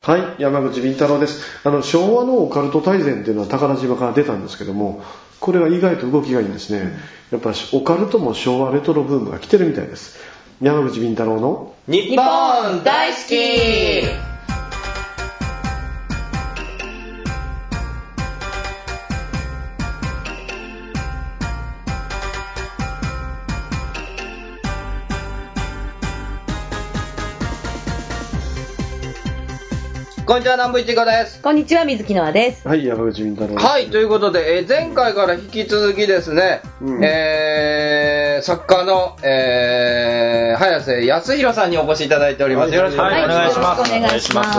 はい、山口敏太郎です。昭和のオカルト大全っていうのは宝島から出たんですけども、これは意外と動きがいいんですね。やっぱりオカルトも昭和レトロブームが来てるみたいです。山口敏太郎の日本大好き。こんにちは、南部一子です。 こんにちは、水木のあです。 はい、山口敏太郎です。 はい、ということで、前回から引き続きですね、作家の、早瀬康弘さんにお越しいただいております。よろしくお願いします。 お願いします。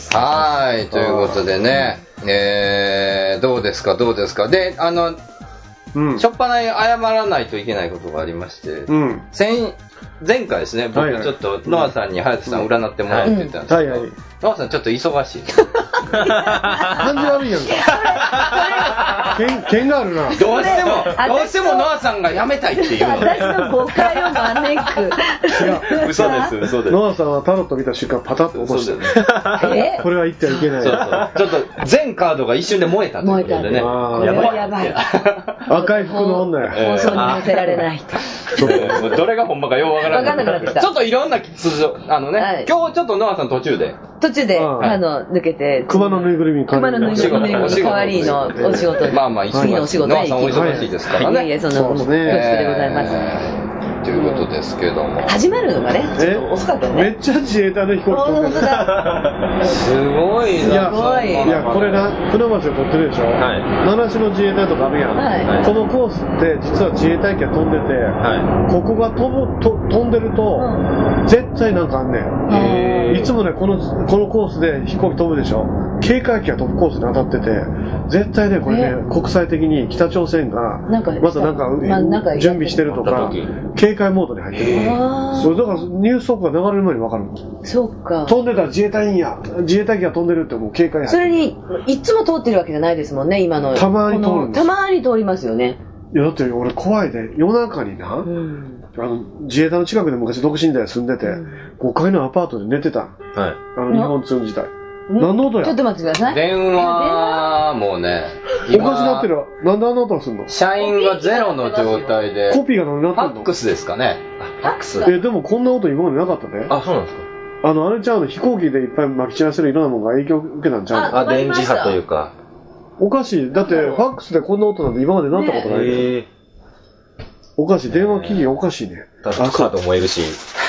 はい、ということでね、どうですか。で、しょっぱなに謝らないといけないことがありまして、前回ですね、僕ちょっとノアさんに早瀬さん占ってもらうって言ったんですけど、ノアさんちょっと忙しい。感じ悪いやんか。剣があるな。 どうしてもノアさんが辞めたいっていうの。 私の誤解を招く。 嘘です。 ノアさんはタロット見た瞬間パタッと起こしてる。これは言ってはいけない。 ちょっと全カードが一瞬で燃えたということでね。 これはやばい。 赤い服の女や。 放送に載せられないと。 どれがほんまかようわからない。 わかんなくなってきた。 ちょっといろんな通常、今日ちょっとノアさん途中で抜けて、 熊のぬいぐるみ代わりのお仕事まあ次のお仕事ノアさんお忙しいですからね。 いえそんな恐縮でございます。 ということですけども、 始まるのがねちょっと遅かったよね。 めっちゃ自衛隊の飛行機飛んでる。 すごいな。 いやこれな、船橋で撮ってるでしょ。七種の自衛隊とかあるやん。このコースって実は自衛隊機が飛んでて、ここが飛んでると絶対なんかあんねん。いつもねこのコースで飛行機飛ぶでしょ。警戒機が飛ぶコースに当たってて、絶対ねこれね国際的に北朝鮮がまたなんか準備してるとか警戒モードに入ってる。そうだからニュース速報が流れる前に分かるの。 そうか。 飛んでたら自衛隊機が飛んでるってもう警戒。 それにいつも通ってるわけじゃないですもんね今の。 たまに通るんです。 たまに通りますよね。 いやだって俺怖いで、夜中にな、自衛隊の近くで昔独身代住んでて、5階のアパートで寝てた。日本通時代。何の音や。 ちょっと待ってください。 電話もね、 おかしなってる。なんであんな音がすんの。 社員がゼロの状態で。 コピーが何になってんの。 ファックスですかね。 ファックス。 でもこんな音今までなかったね。 あ、そうなんですか。 あれちゃうの、飛行機でいっぱい撒き散らせるいろんなものが影響を受けたんちゃうの。 電磁波というか。 おかしい。だってファックスでこんな音なんて今までなったことない。おかしい。電話機器おかしいね。 カード燃えるし。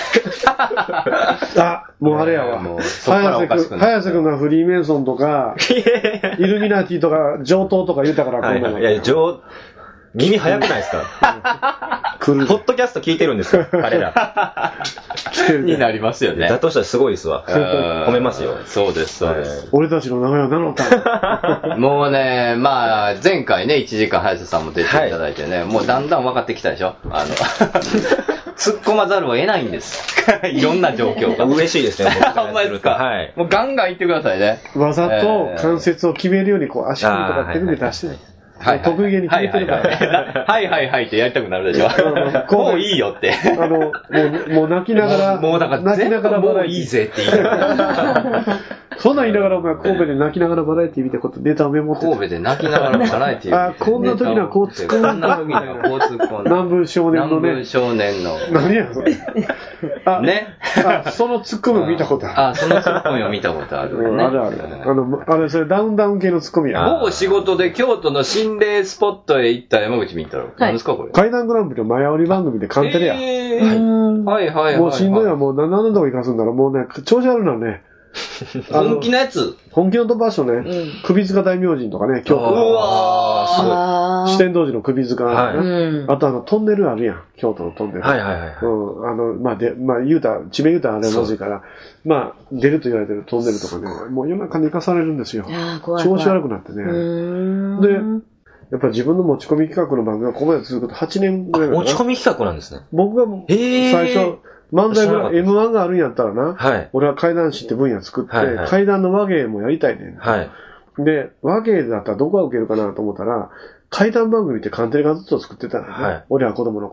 もうあれやわ。早瀬くんがフリーメイソンとか、イルミナティとか、上等とか言うたからこんなの。 耳早くないですか。ポッドキャスト聞いてるんですよ、彼ら。 になりますよね。 だとしたらすごいですわ。褒めますよ。 そうです。 俺たちの名前は何のか。 もうね、まあ、前回ね、1時間早瀬さんも出ていただいてね、もうだんだん分かってきたでしょ。突っ込まざるを得ないんです。いろんな状況が。 嬉しいですね。 ほんまですか。もうガンガン言ってくださいね。 わざと関節を決めるようにこう足首とか手首出して。得意げに決めてるから。 はいってやりたくなるでしょ。もういいよって。 もう泣きながら。 もうだから全部もういいぜって言いながら。 そんなん言いながらお前神戸で泣きながらバラエティ見てことネタをメモって。 神戸で泣きながらバラエティこんな時にはこう突っ込んだ。こんな時にはこう突っ込んだ。南部少年のね。 南部少年の。 何やそれ。 ね。 そのツッコミを見たことある。 そのツッコミを見たことある。 あれそれダウンダウン系のツッコミや。 午後仕事で京都の心霊スポットへ行った山口み太郎。何ですかこれ。 怪談グランプリの前煽り番組でカンテレや。 はい。 もうしんどいわ、もう何のとこ行かすんだろう、もうね、調子あるのね。 本気のやつ本気のトップバッションね。首塚大明神とかね、京都。 うわー、すごい。四天王寺の首塚。あとトンネルあるやん、京都のトンネル。言うたら、地名言うたらあれまずいから、出ると言われてるトンネルとかね、もう夜中に行かされるんですよ。調子悪くなってね。で、やっぱ自分の持ち込み企画の番組がここまで続くと8年ぐらいかな。 持ち込み企画なんですね。 僕が最初、漫才ぐらい M1 があるんやったらな、俺は怪談師って分野作って、怪談の和芸もやりたいねん。で、和芸だったらどこが受けるかなと思ったら、怪談番組ってカンテレがずっと作ってたのね。俺は子供の頃は。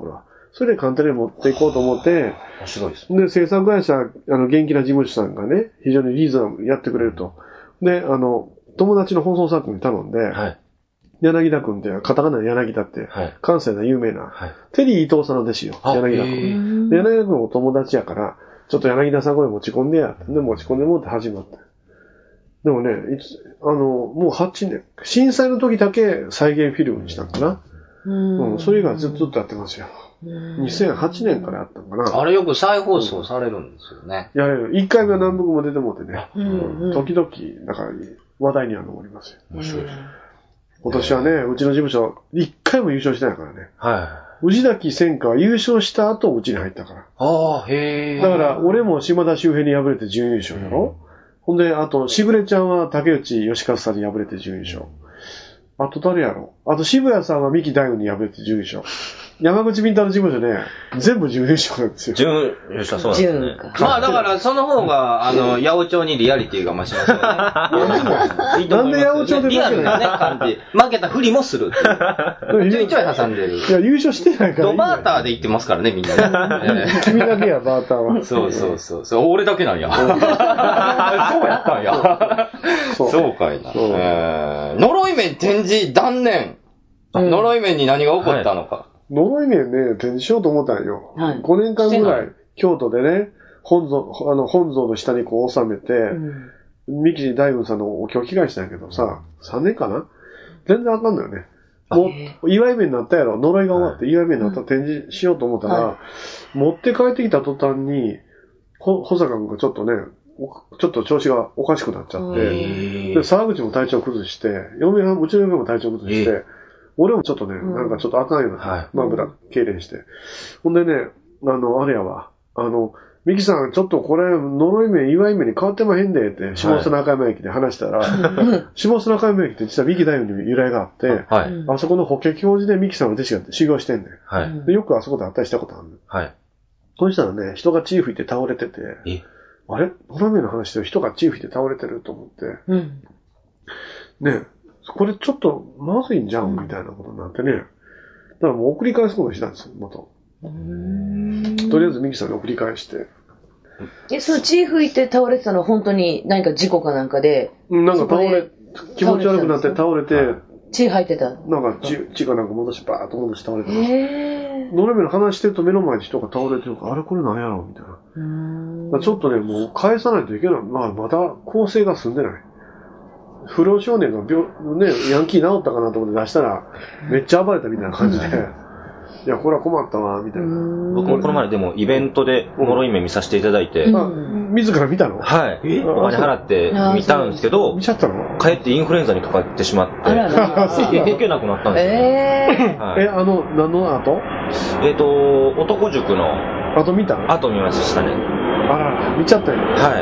それで簡単に持っていこうと思って、 面白いです。 で、制作会社、元気な事務所さんがね、非常にリーズナブルにやってくれると。で、友達の放送作家に頼んで、はい、柳田くんって、カタカナの柳田って、はい、関西の有名な、はい、テリー伊藤さんの弟子よ、柳田くん。で、柳田くんお友達やから、ちょっと柳田さんこれ持ち込んでやって。で、持ち込んでもって始まった。でもね、もう8年、震災の時だけ再現フィルムにしたのかな。それ以外ずっとやってますよ。2008年からやったのかな。 あれよく再放送されるんですよね。 やれる。1回目は何部も出てもってね。時々、だから話題には上りますよ。面白いです。今年はね、うちの事務所、1回も優勝してないからね。はい。宇治崎千佳は優勝した後、うちに入ったから。 ああ、へえ。 だから、俺も島田秀平に敗れて準優勝やろ。ほんで、あと、しぐれちゃんは竹内義和さんに敗れて準優勝。あと誰やろ。あと渋谷さんは三木大悟に敗れて準優勝。山口敏太の事務所ね、全部準優勝なんですよ。 準優勝そうなんですね。 まあだからその方が、八百長にリアリティが増しますよね。 なんで八百長で負けないリアルなね、感じ。負けたふりもするっていう。ちょいちょい挟んでる。 いや、優勝してないから。 ドバーターで言ってますからね、みんな。 君だけや、バーターは。 そう。俺だけなんや。そうやったんや。そうかいな。呪い面展示断念。呪い面に何が起こったのか。 呪い面ね、展示しようと思ったんよ。はい、5年間ぐらい、京都でね、本像の下にこう収めて、三木大軍さんのお経を祈願したんやけどさ、3年かな全然あかんのよね。もう、祝い面になったやろ。呪いが終わって祝い面になったら展示しようと思ったら、持って帰ってきた途端に、保坂君がちょっとね、ちょっと調子がおかしくなっちゃって、で、沢口も体調崩して、うちの嫁も体調崩して、俺もちょっとね、なんかちょっとあかんような、まぶた、痙攣して。ほんでね、あれやわ、ミキさん、ちょっとこれ、呪い面、祝い面に変わってまへんで、って、下砂中山駅で話したら、下砂中山駅って実はミキ大王に由来があって、あそこの法華教寺でミキさんの弟子が修行してんねん。でよくあそこで会ったりしたことあるの。そしたらね、人が血吹いて倒れてて、あれ呪い面の話で人が血吹いて倒れてると思って、ね、これちょっとまずいんじゃんみたいなことになってね。だからもう送り返すことにしたんですよ、また。とりあえずミキさんに送り返して。 その血吹いて倒れてたのは本当に何か事故かなんかで。 なんか気持ち悪くなって倒れて。 血吐いてた。 なんか血がなんか戻してバーッと戻して倒れてました。ノルメの話してると目の前に人が倒れてるから、あれこれ何やろみたいな。ちょっとね、もう返さないといけない。まだ構成が済んでない。不良少年がヤンキー治ったかなと思って出したら、めっちゃ暴れたみたいな感じで、いや、これは困ったわ、みたいな。 僕もこの前でもイベントで呪い面見させていただいて。 自ら見たの？ はい。お金払って見たんですけど、 見ちゃったの？ 帰ってインフルエンザにかかってしまって、動けなくなったんですよ。 何の後？ 男塾の。 後見たの？ 後見ましたね。 あら、見ちゃったよ。 はい。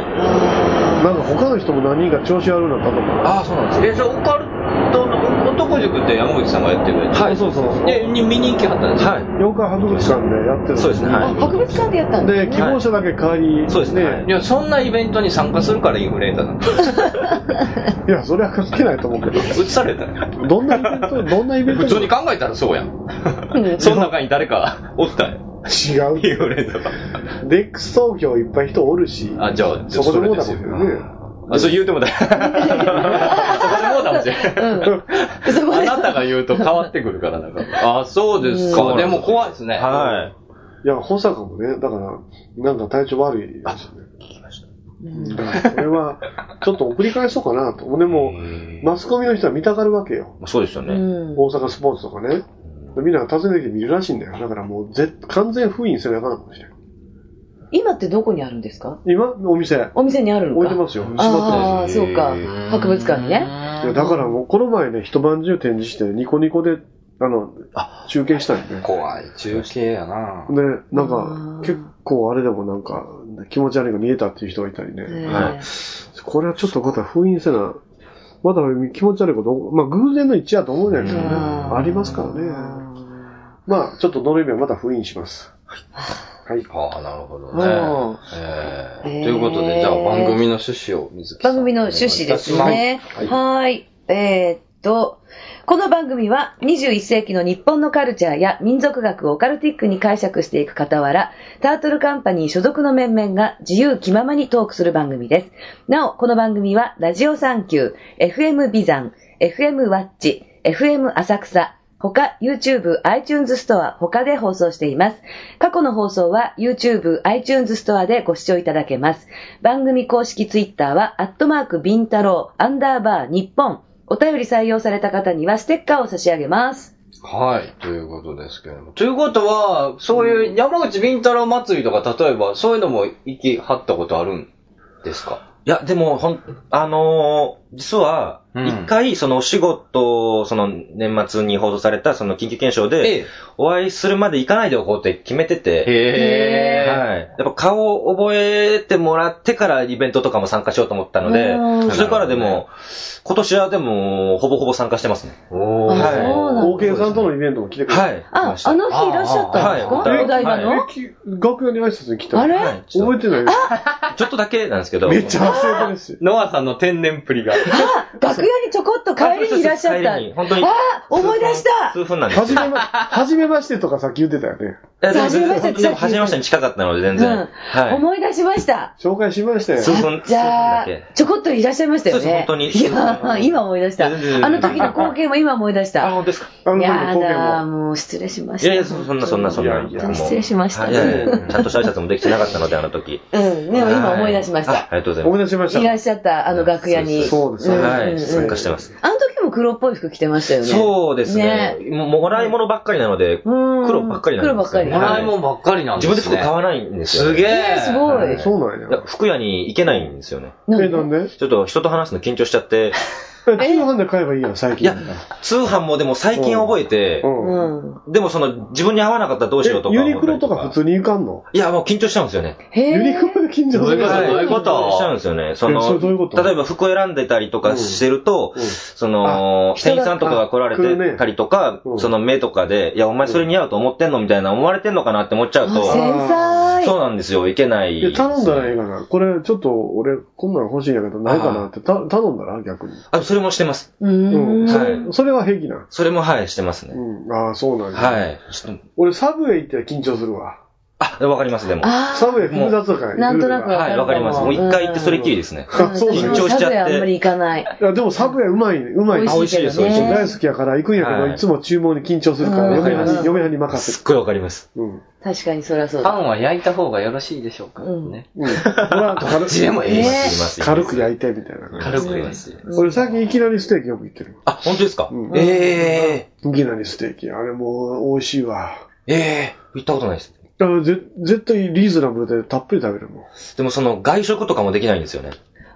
なんか他の人も何人か調子悪くなったとか。 ああ、そうなんです。オカルトの男塾って山口さんがやってるやつ。 はい、そう。 で、見に行きはったんですはい。妖怪博物館でやってる。 そうですね。 博物館でやったんで、希望者だけ帰り。 そうですね。 いや、そんなイベントに参加するからインフルエンザなんです。 いや、それは関係ないと思うけど。 移されたどんなイベント普通に考えたらそうやん。その中に誰かおったんや。 違う。 インフルエンザが。 デックス東京いっぱい人おるし。 じゃあ、 そこでもうだもんね。 そう言うてもだ。そこでもうだもんじゃん。あなたが言うと変わってくるからなんか。そうですか。でも怖いですね。 はい。 いや、保坂もね、だから、なんか体調悪いですよね。 聞きました。 だからこれは、ちょっと送り返そうかなと。でも、マスコミの人は見たがるわけよ。 そうですよね。 大阪スポーツとかね。みんなが訪ねてきて見るらしいんだよ。だからもう完全封印せなあかんのかもしれない。 今ってどこにあるんですか？ 今お店にあるのか。 置いてますよ。 ああ、そうか。博物館にね。 いや、だからもうこの前ね、一晩中展示してニコニコで、中継したんよね。 怖い中継やな。 で、なんか、結構あれでもなんか、気持ち悪いのが見えたっていう人がいたりね。はい。これはちょっとまた封印せな、まだ気持ち悪いこと、偶然の一致やと思うんだけどね。ありますからね。まあ、ちょっと呪い目はまた封印します。はい。 なるほどね。ということで、じゃあ番組の趣旨を番組の趣旨ですね。はい。 この番組は21世紀の日本のカルチャーや民族学をオカルティックに解釈していく傍ら、タートルカンパニー所属の面々が自由気ままにトークする番組です。なお、この番組はラジオサンキュー、FM ビザン、FM ワッチ、FM 浅草、他 YouTube、iTunes ストア、他で放送しています。過去の放送は YouTube、iTunes ストアでご視聴いただけます。番組公式 Twitter はビンタロー日本。お便り採用された方にはステッカーを差し上げます。 はい、ということですけれども。ということは、そういう山口ビンタロー祭りとか、例えばそういうのも行きはったことあるんですか？ いや、でも、実は、一回、そのお仕事、その年末に放送された、その緊急検証で、お会いするまで行かないでおこうって決めてて、はい。やっぱ顔を覚えてもらってからイベントとかも参加しようと思ったので、それからでも、今年はでも、ほぼほぼ参加してますね。 はい。OKさんとのイベントも来てくれて。 はい。あの日いらっしゃったんですか？お台場の楽屋に挨拶に来た。 あれ覚えてない？ ちょっとだけなんですけど。 めっちゃ忘れてるし。 ノアさんの天然プリが。 楽屋にちょこっと帰りにいらっしゃった。 本当に。 思い出した。 数分なんですよ。 はじめましてとかさっき言ってたよね。 はじめまして。 はじめましてに近かったので全然。 思い出しました。 紹介しましたよ。 数分じゃあ、ちょこっといらっしゃいましたよね。 そうです、本当に。 いや、今思い出した。あの時の光景も今思い出した。 あ、本当ですか。 いやだ、もう失礼しました。 いやいや、そんな。 失礼しました。 いやいや、ちゃんとした挨拶もできてなかったので、あの時。 でも今思い出しました。 ありがとうございます。 思い出しました。 いらっしゃった、楽屋に。 そうですね。 はい、参加してます。 あの時も黒っぽい服着てましたよね。 そうですね。もらい物ばっかりなので、黒ばっかりなんです。 黒ばっかり。 もらい物ばっかりなんですね。 自分で服買わないんですよ。 すげえ。 すごい。 そうなんや。 服屋に行けないんですよね。 なんで？ ちょっと人と話すの緊張しちゃって。 通販で買えばいいやん、最近。 いや、通販もでも最近覚えて、でも自分に合わなかったらどうしようとか。 ユニクロとか普通に行かんの？ いや、もう緊張しちゃうんですよね。 ユニクロで緊張する。 どういうこと？ しちゃうんですよね。 どういうこと？ 例えば服選んでたりとかしてると、店員さんとかが来られてたりとか、その目とかで、いや、お前それ似合うと思ってんのみたいな思われてんのかなって思っちゃうと、そうなんですよ、いけない。 頼んだらいいかな。これちょっと俺、こんなの欲しいんやけど、ないかなって頼んだら逆に。 それもしてます。 それは平気な。 それもしてますね。 ああ、そうなんだ。 はい。 俺サブウェイ行って緊張するわ。 わかります、でも。 サブウェイ複雑だからね。 なんとなくはい、わかります。もう一回行ってそれっきりですね。 緊張しちゃって。サブウェイあんまり行かない。 でもサブウェイうまい。 美味しいです、 大好きやから行くんやけど、いつも注文に緊張するから、嫁はんに任せる。 すっごいわかります。 確かにそりゃそうだ。 パンは焼いた方がよろしいでしょうかね。 どっちでもいいし。 軽く焼いてみたいな。 軽く焼いて。 俺最近いきなりステーキよく行ってる。 あ、本当ですか？ いきなりステーキ。あれもう美味しいわ。 行ったことないです。 絶対リーズナブルでたっぷり食べるもん。 でも外食とかもできないんですよね。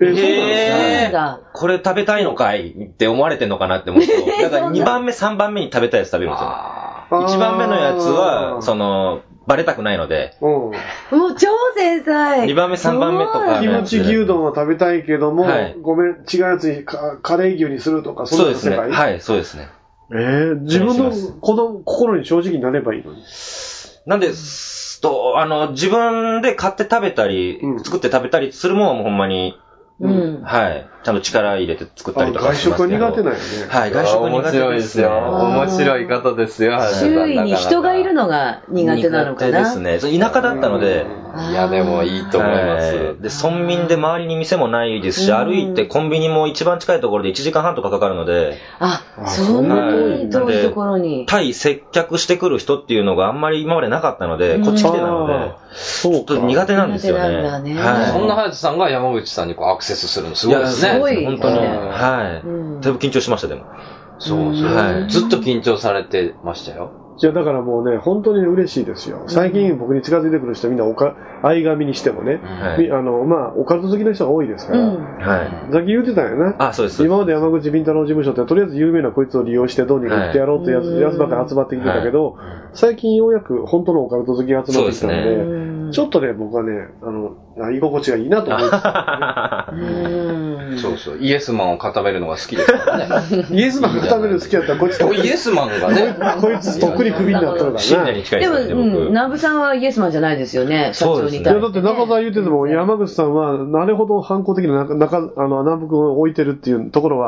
これ食べたいのかいって思われてんのかなって思うと、だから2番目、3番目に食べたいやつ食べるんですよ。1番目のやつは、バレたくないので。 もう超繊細。 2番目、3番目とか。 キムチ牛丼は食べたいけども、ごめん、違うやつにカレー牛にするとか、 そうですね。はい、そうですね。 自分の心に正直になればいいのに。 なんで、自分で買って食べたり、作って食べたりするもんはもうほんまに、はい。ちゃんと力入れて作ったりとかしますけど。 外食苦手なんよね。 はい、外食苦手ですよ。 面白い方ですよ。 周囲に人がいるのが苦手なのかな。 苦手ですね。田舎だったので。 いや、でもいいと思います。 で、村民で周りに店もないですし、歩いてコンビニも一番近いところで1時間半とかかかるので。 そんなに遠いところに。 対接客してくる人っていうのがあんまり今までなかったので、こっち来てなので、ちょっと苦手なんですよね。 そんな隼人さんが山口さんにアクセスするのすごいですね。 すごい。 本当に。はい。だいぶ緊張しました、でも。 そう。ずっと緊張されてましたよ。 いや、だからもうね、本当に嬉しいですよ。最近僕に近づいてくる人みんな相紙にしてもね、オカルト好きの人が多いですから、さっき言ってたんやな。 そうです。 今まで山口ビンタロウ事務所ってとりあえず有名なこいつを利用してどうにか言ってやろうとやつばっかり集まってきてたけど、最近ようやく本当のオカルト好きが集まってきたので、ちょっとね、僕はね、居心地がいいなと思います。 そう。イエスマンを固めるのが好きですからね。 イエスマン固めるの好きやったらこいつイエスマンがね。 こいつとっくにクビになったのかな。 でも、南部さんはイエスマンじゃないですよね、社長に対して。 いや、だって中澤言ってても、山口さんは、なれほど反抗的な南部君を置いてるっていうところは、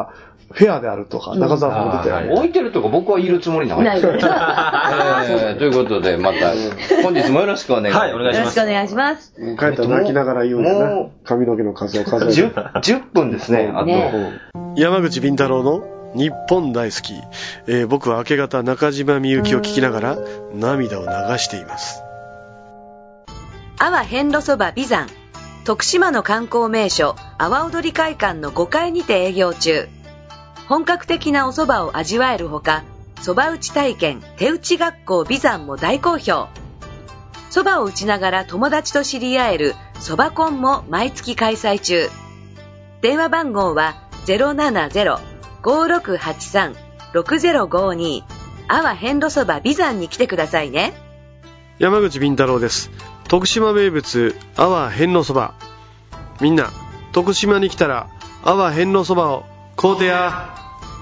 フェアであるとか、中澤も出てる。 置いてるとか僕はいるつもりないです。ということで、また、本日もよろしくお願いします。はい、お願いします。よろしくお願いします。 帰ったら泣きながら言うんだな。髪の毛の数を数えて。 10分ですね、あと。 山口敏太郎の日本大好き。僕は明け方中島みゆきを聞きながら涙を流しています。 阿波遍路そば美山。徳島の観光名所、阿波踊り会館の5階にて営業中。本格的なお蕎麦を味わえるほか、蕎麦打ち体験、手打ち学校美山も大好評。蕎麦を打ちながら友達と知り合える蕎麦コンも毎月開催中。電話番号は 070-5683-6052 阿波遍路そば美山に来てくださいね。 山口敏太郎です。徳島名物阿波遍路そば。みんな徳島に来たら阿波遍路そばを買うてや。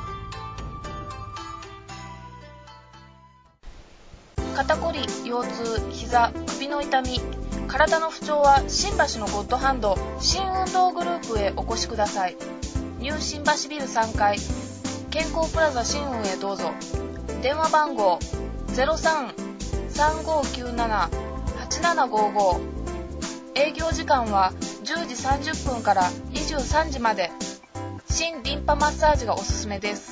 肩こり、腰痛、膝、首の痛み、体の不調は新橋のゴッドハンド新運動グループへお越しください。ニュー新橋ビル3階健康プラザ新運へどうぞ。電話番号 03-3597-8755。営業時間は10時30分から23時まで。新リンパマッサージがおすすめです。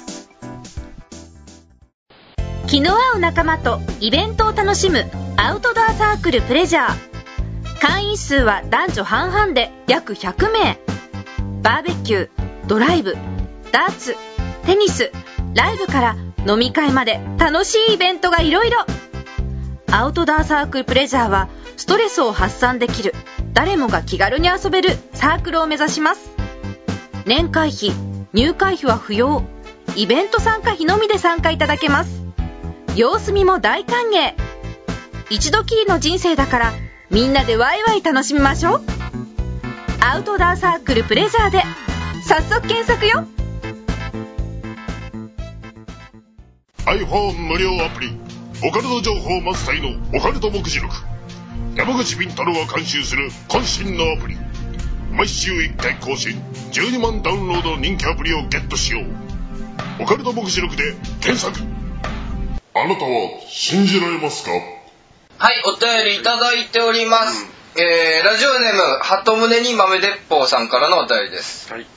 気の合う仲間とイベントを楽しむアウトドアサークルプレジャー。会員数は男女半々で約100名。バーベキュー、ドライブ、ダーツ、テニス、ライブから飲み会まで楽しいイベントがいろいろ。アウトドアサークルプレジャーはストレスを発散できる、誰もが気軽に遊べるサークルを目指します。年会費、入会費は不要。イベント参加費のみで参加いただけます。様子見も大歓迎。一度きりの人生だからみんなでワイワイ楽しみましょう。アウトドアサークルプレジャーで早速検索よ。 iPhone 無料アプリオカルト情報満載のオカルト目次録。山口敏太郎が監修する渾身のアプリ。毎週1回更新、12万ダウンロードの人気アプリをゲットしよう。オカルト目次録で検索。あなたは信じられますか？ はい、お便りいただいております。ラジオネーム鳩宗に豆鉄砲さんからのお便りです。はい。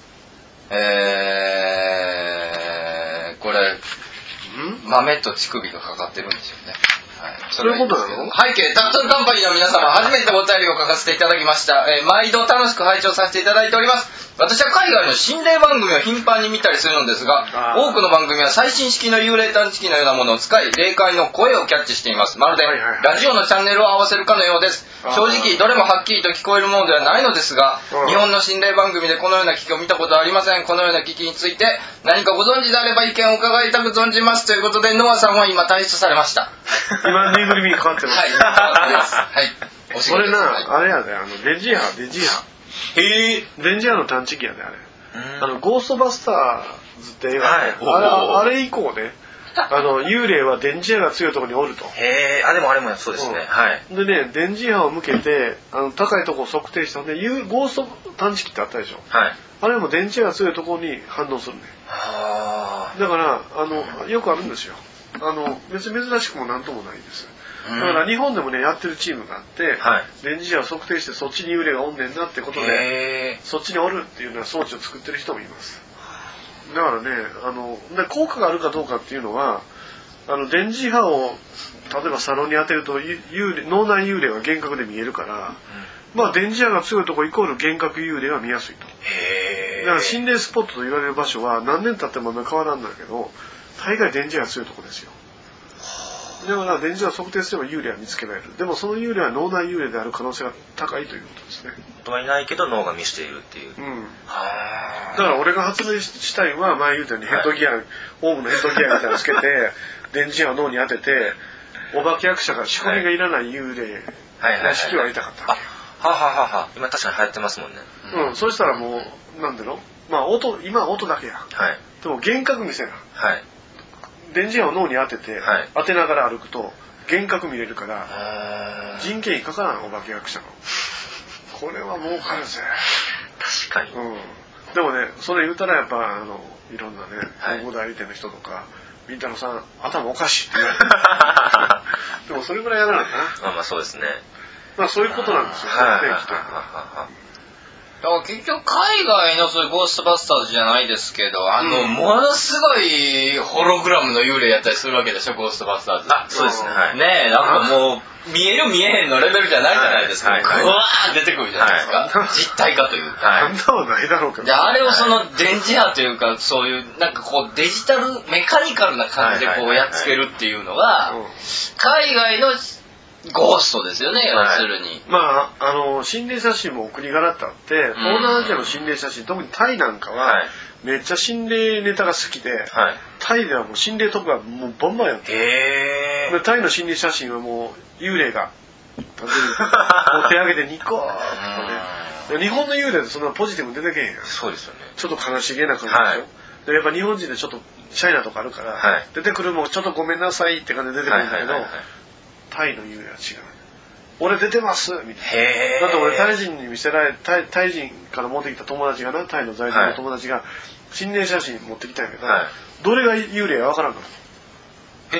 これ豆と乳首がかかってるんですよね。はい、 そういうことなの？ 背景、タクトルカンパニーの皆様、初めてお便りを書かせていただきました。毎度楽しく拝聴させていただいております。私は海外の心霊番組を頻繁に見たりするのですが、多くの番組は最新式の幽霊探知機のようなものを使い、霊界の声をキャッチしています。まるでラジオのチャンネルを合わせるかのようです。正直どれもはっきりと聞こえるものではないのですが、日本の心霊番組でこのような機器を見たことはありません。このような機器について何かご存知であれば意見を伺いたく存じます。ということで、ノアさんは今退出されました。 今ぬいぐるみに変わってます。 はい、変わってます。はい。 これな、あれやで、電磁波。電磁波の探知機やで、あれ。ゴーストバスターズって映画、あれ以降ね、幽霊は電磁波が強いところにおると。 でもあれもそうですね。はい。 でね、電磁波を向けて高いところを測定したんで、ゴースト探知機ってあったでしょ。はい。あれも電磁波が強いところに反応するね。だからよくあるんですよ。別に珍しくもなんともないんです。だから日本でもねやってるチームがあって、電磁波を測定してそっちに幽霊がおんねんなってことで、そっちにおるっていうような装置を作ってる人もいます。だからね、で効果があるかどうかっていうのは、電磁波を例えばサロンに当てると脳内幽霊は幻覚で見えるから、まあ電磁波が強いとこイコール幻覚幽霊は見やすいと。だから心霊スポットと言われる場所は何年経ってもあんまり変わらんだけど、大概電磁波が強いとこですよ。だから電磁波を測定すれば幽霊は見つけられる。でもその幽霊は脳内幽霊である可能性が高いということですね。 本当はいないけど脳が見せているっていう。だから俺が発明したいのは、前言うたようにヘッドギア、ホームのヘッドギアみたいなのつけて電磁波を脳に当てて、お化け役者が仕込みがいらない幽霊らしきをやりたかったわけよ。 今確かに流行ってますもんね。 そうしたらもうなんだろう、まあ今は音だけや。でも幻覚見せな。電磁波を脳に当てて、当てながら歩くと幻覚見れるから、人件費かからん、お化け役者の。これは儲かるぜ。 確かに。 でもね、それ言うたらやっぱいろんなね、広告代理店の人とか、みんたろさん頭おかしいって言われてでもそれぐらいやらないな。 まあそうですね。 まあそういうことなんですよね、きっと。 だから結局海外のそういうゴーストバスターズじゃないですけど、ものすごいホログラムの幽霊やったりするわけでしょ、ゴーストバスターズ。 そうですね。 ねえ、なんかもう、見える見えへんのレベルじゃないじゃないですか。ぐわー出てくるじゃないですか。実体化というか。 そんなはないだろうけど。 で、あれをその電磁波というか、そういう、なんかこうデジタル、メカニカルな感じでこうやっつけるっていうのが、海外のゴーストですよね、要するに。 まあ、心霊写真もお国柄ってあって、東南アジアの心霊写真、特にタイなんかは、めっちゃ心霊ネタが好きで、タイではもう心霊特番もうバンバンやってる。タイの心霊写真はもう幽霊が、もう手上げてニコーってね。日本の幽霊ってそんなポジティブに出てけへんやん。 そうですよね。 ちょっと悲しげな感じでしょ。でやっぱ日本人でちょっとシャイなとこあるから、出てくるもんちょっとごめんなさいって感じで出てくるんだけど、タイの幽霊は違う。俺出てますみたいな。だって俺タイ人に見せられ、タイ人から持ってきた友達がな、タイの在住の友達が心霊写真持ってきたんやけど、どれが幽霊かわからんから。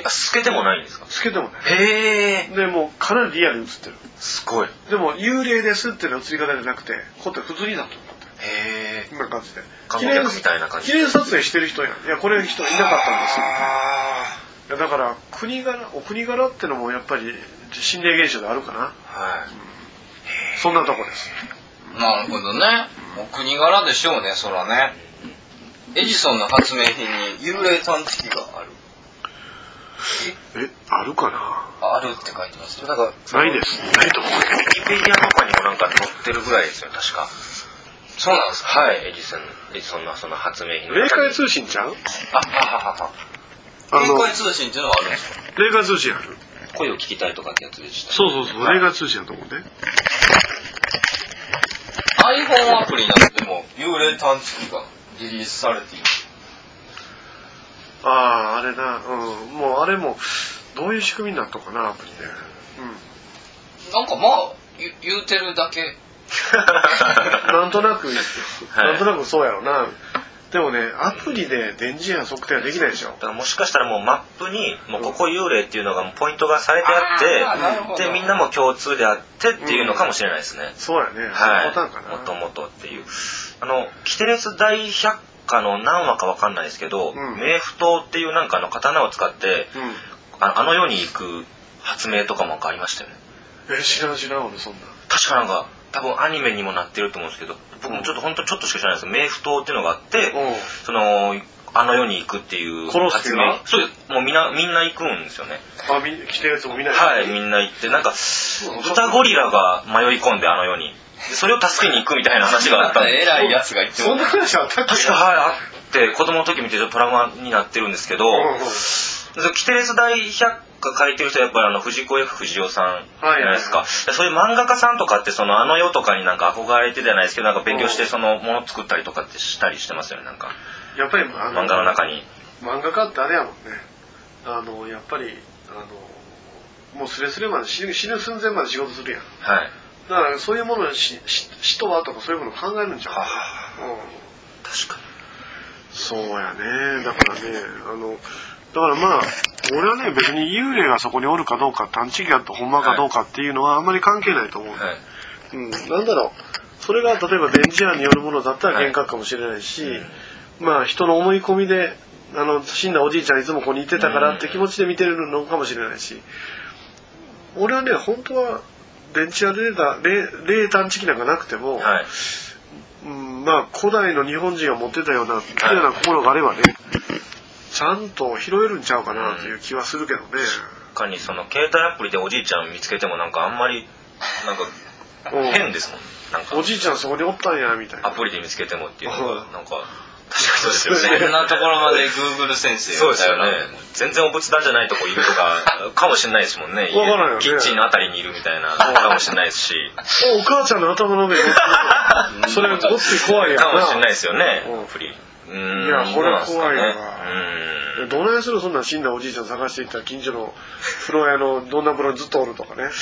透けてもないんですか？ 透けてもない。でもうかなりリアルに映ってる。 すごい。 でも幽霊ですっていうの映り方じゃなくて、こうやって普通になってる。こんな感じで。 記念撮影してる人やん。いやこれ人いなかったんですよ。だからお国柄ってのもやっぱり心霊現象であるかな。そんなとこです。 なるほどね。お国柄でしょうね、そらね。エジソンの発明品に幽霊探知機がある。 あるかな。 あるって書いてますよ。 ないです。ないと思う。 ウィキペディアとかにもなんか載ってるぐらいですよ、確か。 そうなんですか。 はい、エジソンのその発明品の。 霊界通信ちゃう？ 霊界通信っていうのがあるんですか？ 霊界通信ある。 声を聞きたいとかってやつでした。 そう。霊界通信だと思うね。 iPhone アプリなんでも幽霊探知機がリリースされている。 あれな、もうあれもどういう仕組みになったのかな、アプリで。 なんかまあ言うてるだけ。 なんとなくそうやろな。でもね、アプリで電磁波測定はできないでしょ。 だからもしかしたらもうマップにもうここ幽霊っていうのがもうポイントがされてあって、でみんなも共通であってっていうのかもしれないですね。 そうやね。 はい。もともとっていう。キテレツ大百科の何話かわかんないですけど、冥府刀っていうなんか刀を使って、世に行く発明とかもありましたよね。 知らん俺そんな。 確かなんか多分アニメにもなってると思うんですけど、僕もちょっとほんとちょっとしか知らないですけど、冥府刀っていうのがあって、世に行くっていう発明。 そうもうみんな行くんですよね。 来てるやつもみんなみんな行って、なんか豚ゴリラが迷い込んで世に。それを助けに行くみたいな話があった。 偉いやつが言ってそんな話あったっけ？ 確かあって子供の時見てトラウマになってるんですけど、キテレツ大百科書いてる人はやっぱり藤子 F 不二雄さんじゃないですか。そういう漫画家さんとかって世とかになんか憧れてじゃないですけど、なんか勉強してもの作ったりとかってしたりしてますよね。なんかやっぱり漫画の中に漫画家ってあれやもんね。やっぱりもうスレスレまで死ぬ寸前まで仕事するやん。だからそういうもの死とはとかそういうものを考えるんじゃん。 確かに。 そうやね。だからね、だからまあ俺はね、別に幽霊がそこにおるかどうか、探知機がほんまかどうかっていうのはあんまり関係ないと思う。なんだろう、それが例えば電磁波によるものだったら幻覚かもしれないし、まあ人の思い込みで死んだおじいちゃんいつもここにいてたからって気持ちで見てるのかもしれないし、俺はね、本当は電磁波霊探知機なんかなくても、まあ古代の日本人が持ってたような綺麗な心があればね、ちゃんと拾えるんちゃうかなという気はするけどね。 確かに携帯アプリでおじいちゃん見つけてもなんかあんまりなんか変ですもん。なんかおじいちゃんそこにおったんやみたいな。 アプリで見つけてもっていうのがなんか確かにそうですよね。 そんなところまで Google 先生そうですよね。全然お仏壇じゃないとこいるとかもしれないですもんね。 わからないよね。 キッチンのあたりにいるみたいなかもしれないですし。 お母ちゃんの頭の上にそれごっつい怖いやんな。 かもしれないですよね。アプリ。 いやこれ怖いわ。どないするそんな死んだおじいちゃん探していったら近所の風呂屋のどんな風呂にずっとおるとかね。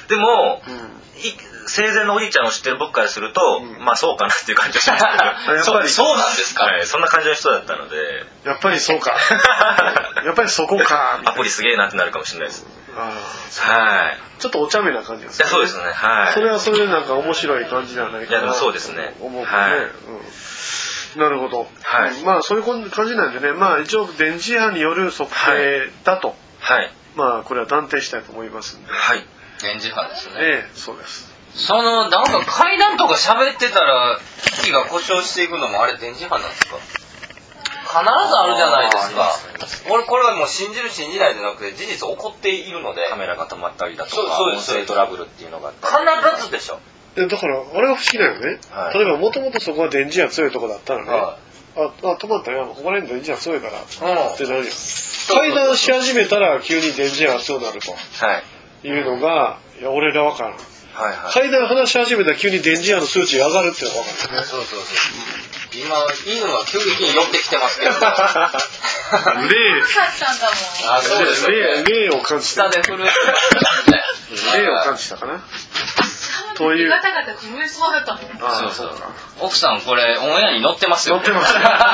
でも、生前のおじいちゃんを知ってる僕からすると、まあそうかなっていう感じがしますけど。 やっぱりそうなんですか。 そんな感じの人だったので。 やっぱりそうか。やっぱりそこか。 アプリすげえなってなるかもしれないです。 はい。ちょっとお茶目な感じですね。そうですね。はい。 それはそれでなんか面白い感じじゃないかな。 いやでもそうですね。 思うね。なるほど。はい。まあそういう感じなんでね。まあ一応電磁波による測定だと。はい。まあこれは断定したいと思いますんで。 はい。電磁波ですね。 そうです。 なんか階段とか喋ってたら機器が故障していくのもあれ電磁波なんですか？必ずあるじゃないですか。俺これはもう信じる信じないじゃなくて事実起こっているので、 カメラが止まったりだとか音声トラブルっていうのがあって必ずでしょ。 だからあれが不思議だよね。例えばもともとそこは電磁波強いとこだったらね、止まったらここら辺電磁波強いからってなるよ。階段し始めたら急に電磁波が強くなるというのが、いや俺ら分からん。階段話し始めたら急に電磁波の数値が上がるっていうのが分かるね。 そう。今犬は急激に寄ってきてますけど。 霊を感じた。 下で振る。 霊を感じたかな。という。 そうか。奥さんこれオンエアに乗ってますよ。 乗ってます。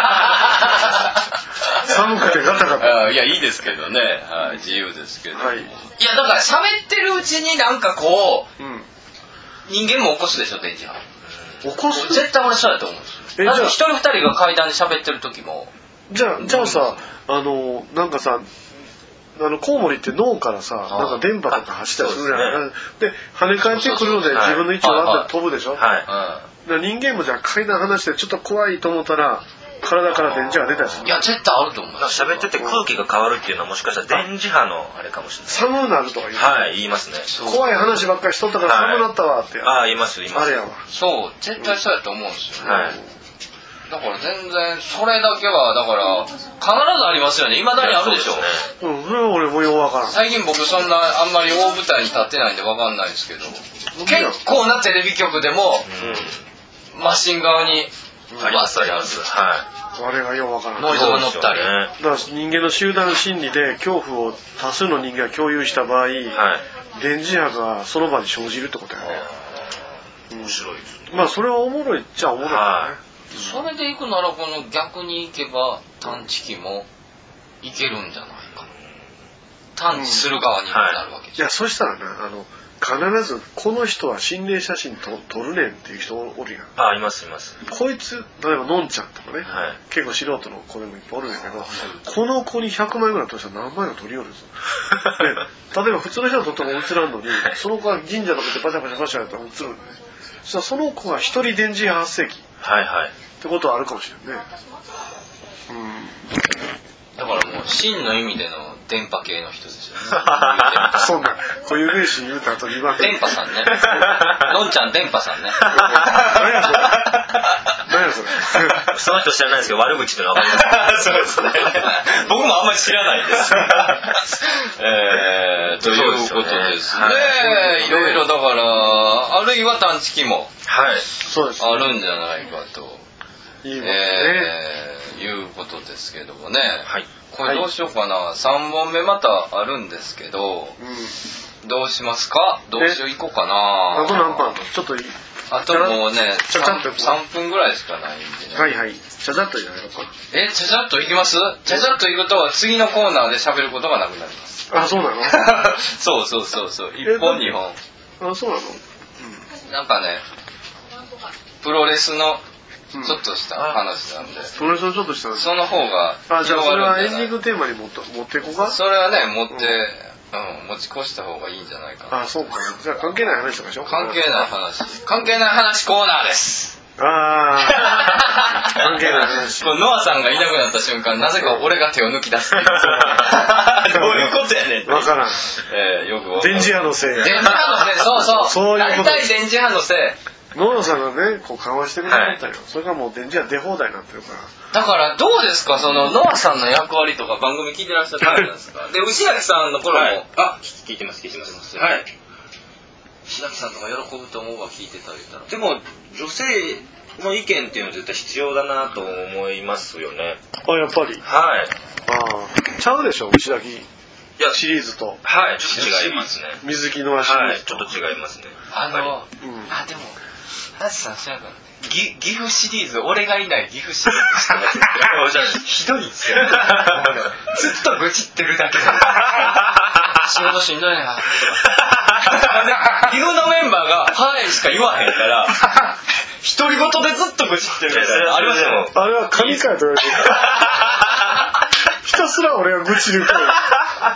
寒くてガタガタ。 いやいいですけどね。自由ですけど。いやだから喋ってるうちになんかこう人間も起こすでしょ電磁波。 起こす？ 絶対俺そうやと思うんですよ。だって一人二人が階段で喋ってる時も。 じゃあさなんかさ。コウモリって脳からさ、なんか電波とか走ったりするじゃない。で、跳ね返ってくるので自分の位置を割って飛ぶでしょ。人間もじゃあ階段離してちょっと怖いと思ったら、体から電磁波が出たりする。 いや、絶対あると思う。 喋ってて空気が変わるっていうのはもしかしたら電磁波のあれかもしれない。 寒なるとか言う。 はい、言いますね。 怖い話ばっかりしとったから寒なったわって。 言います。 あれやわ。 そう、絶対そうやと思うんですよ。だから全然それだけはだから必ずありますよね。未だにあるでしょ。 それは俺もようわからん。 最近僕そんなあんまり大舞台に立ってないんでわかんないですけど、結構なテレビ局でもマシン側にあります。あれがようわからん。 ノイズが乗ったり。 だから人間の集団心理で恐怖を多数の人間が共有した場合、電磁波がその場に生じるってことやね。 面白いです。 まあそれはおもろいっちゃおもろいね。 それでいくならこの逆に行けば探知機もいけるんじゃないか。探知する側になるわけです。 いやそしたらな必ずこの人は心霊写真撮るねんっていう人おるやん。 います。 こいつ例えばのんちゃんとかね、結構素人の子でもいっぱいおるんやけど、この子に100枚ぐらい撮ったら何枚も撮りよるんですよ。例えば普通の人が撮っても映らんのに、その子が神社とかでバシャバシャバシャやったら映るんで、その子が一人電磁波発生器ってことはあるかもしれないね。 だからもう真の意味での電波系の人ですよね。 そんな固有名詞言うた後2番電波さんね。のんちゃん電波さんね。 何やそれ。 その人知らないですけど悪口ってのは分かります。そうですね。 僕もあんまり知らないです。ということですね。いろいろだからあるいは探知機もあるんじゃないかと。いうことですけどもね。これどうしようかな。3本目またあるんですけど、どうしますか？どうしよう行こうかな。 あと何分？ちょっといい？ あともうね、3分ぐらいしかないんでね。 ちゃちゃっとやろうか。 ちゃちゃっと行きます？ちゃちゃっと行くと次のコーナーで喋ることがなくなります。 あ、そうなの？ そう。1本2本。 あ、そうなの？ なんかね、プロレスのちょっとした話なんで。 プロレスのちょっとしたその方が。 じゃあそれはエンディングテーマに持っていこうか？ それはね、持ち越した方がいいんじゃないかな。 そうか。じゃあ関係ない話とかしよう。 関係ない話コーナーです。 関係ない話。 これノアさんがいなくなった瞬間、なぜか俺が手を抜き出す。どういうことやねん。 わからん。 よくわかる。 電磁波のせい。 電磁波のせい、そう。 そういうこと。 大体電磁波のせい。 ノアさんがね、こう緩和してくれたよ。それがもう電磁波出放題になってるから。 だからどうですか、そのノアさんの役割とか番組聞いてらっしゃったんじゃないですか。で、牛垣さんの頃も、 聞いてます。 はい。牛垣さんとか喜ぶと思うわ、聞いてた言ったら。 でも女性の意見っていうのは絶対必要だなと思いますよね。 やっぱり。 はい。 ちゃうでしょ、牛垣。 シリーズと。 はい、ちょっと違いますね。 水木のシリーズ。 はい、ちょっと違いますね。 でも、ハツさん、そうやからね。岐阜シリーズ、俺がいない岐阜シリーズひどいんですよ。ずっと愚痴ってるだけで。仕事しんどいな。岐阜のメンバーが、はいしか言わへんから、独り言でずっと愚痴ってるみたいな。ありますよ。 あれは神回と言われてる。ひたすら俺は愚痴るから。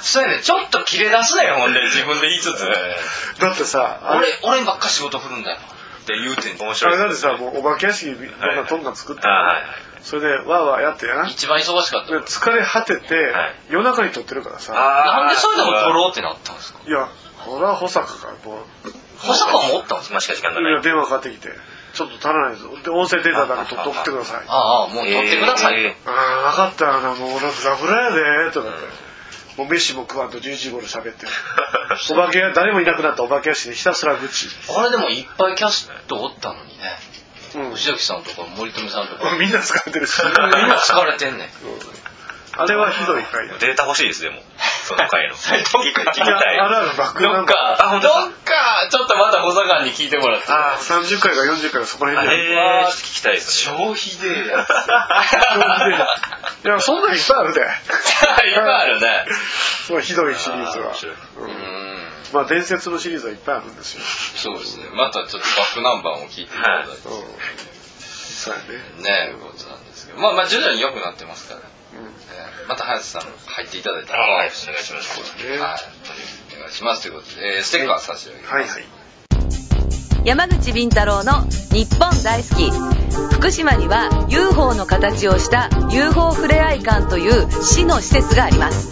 そうやね、ちょっと切れ出すねよ、ほんで、自分で言いつつ。 だってさ、 俺ばっか仕事振るんだよ。って言うてんの面白い。 あれだってさ、もうお化け屋敷トンガ作って、それでわーわーやってや。 一番忙しかった。 疲れ果てて、夜中に撮ってるからさ。 なんでそれでも撮ろうってなったんですか？ いや、ほら、保坂がもう。 保坂もおったんですか？しか時間がない。 いや、電話かかってきて。ちょっと足らないです。で、音声データだけ取ってください。 もう取ってくださいよ。 分かったよな、もう俺フラフラやで、とかって。もう飯も食わんと11時頃喋ってる。お化け屋、誰もいなくなったお化け屋敷でひたすら愚痴。 あれでもいっぱいキャストおったのにね。藤崎さんとか森富さんとか。 みんな疲れてるし。 みんな疲れてんねん。 あれはひどい回や。 データ欲しいです、でも。その回の。 聞きたい。あるあるバックナンバー。 どっか、ちょっとまだ補佐官に聞いてもらって。 30回か40回かそこら辺で。聞きたいです。 消費でやつ。 いや、そんなんいっぱいあるで。 いっぱいあるね。 すごいひどいシリーズは。まあ伝説のシリーズはいっぱいあるんですよ。 そうですね。またちょっとバックナンバーも聞いていただいて。 そうやね。 ねえ、ことなんですけど。まあ徐々に良くなってますから。また林さん入っていただいたら。 はい、お願いします。 はい、お願いしますということで、ステッカー差し上げます。 はいはい。 山口敏太郎の日本大好き。福島には UFO の形をした UFO ふれあい館という市の施設があります。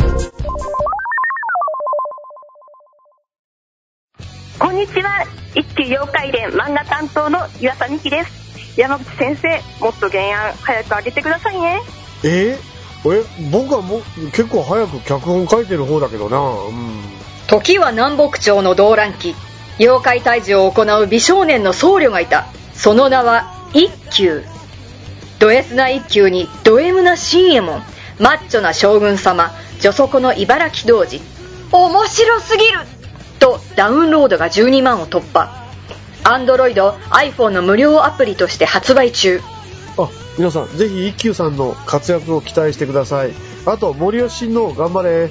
こんにちは。一級妖怪伝漫画担当の岩佐美希です。山口先生、もっと原案早く上げてくださいね。 僕はもう結構早く脚本書いてる方だけどな。 時は南北朝の動乱期、妖怪退治を行う美少年の僧侶がいた。その名は一休。ド S な一休にド M な新右衛門、マッチョな将軍様、女底の茨城童子。面白すぎるとダウンロードが12万を突破。Android、iPhone の無料アプリとして発売中。 皆さんぜひ一休さんの活躍を期待してください。あと森吉親王頑張れ。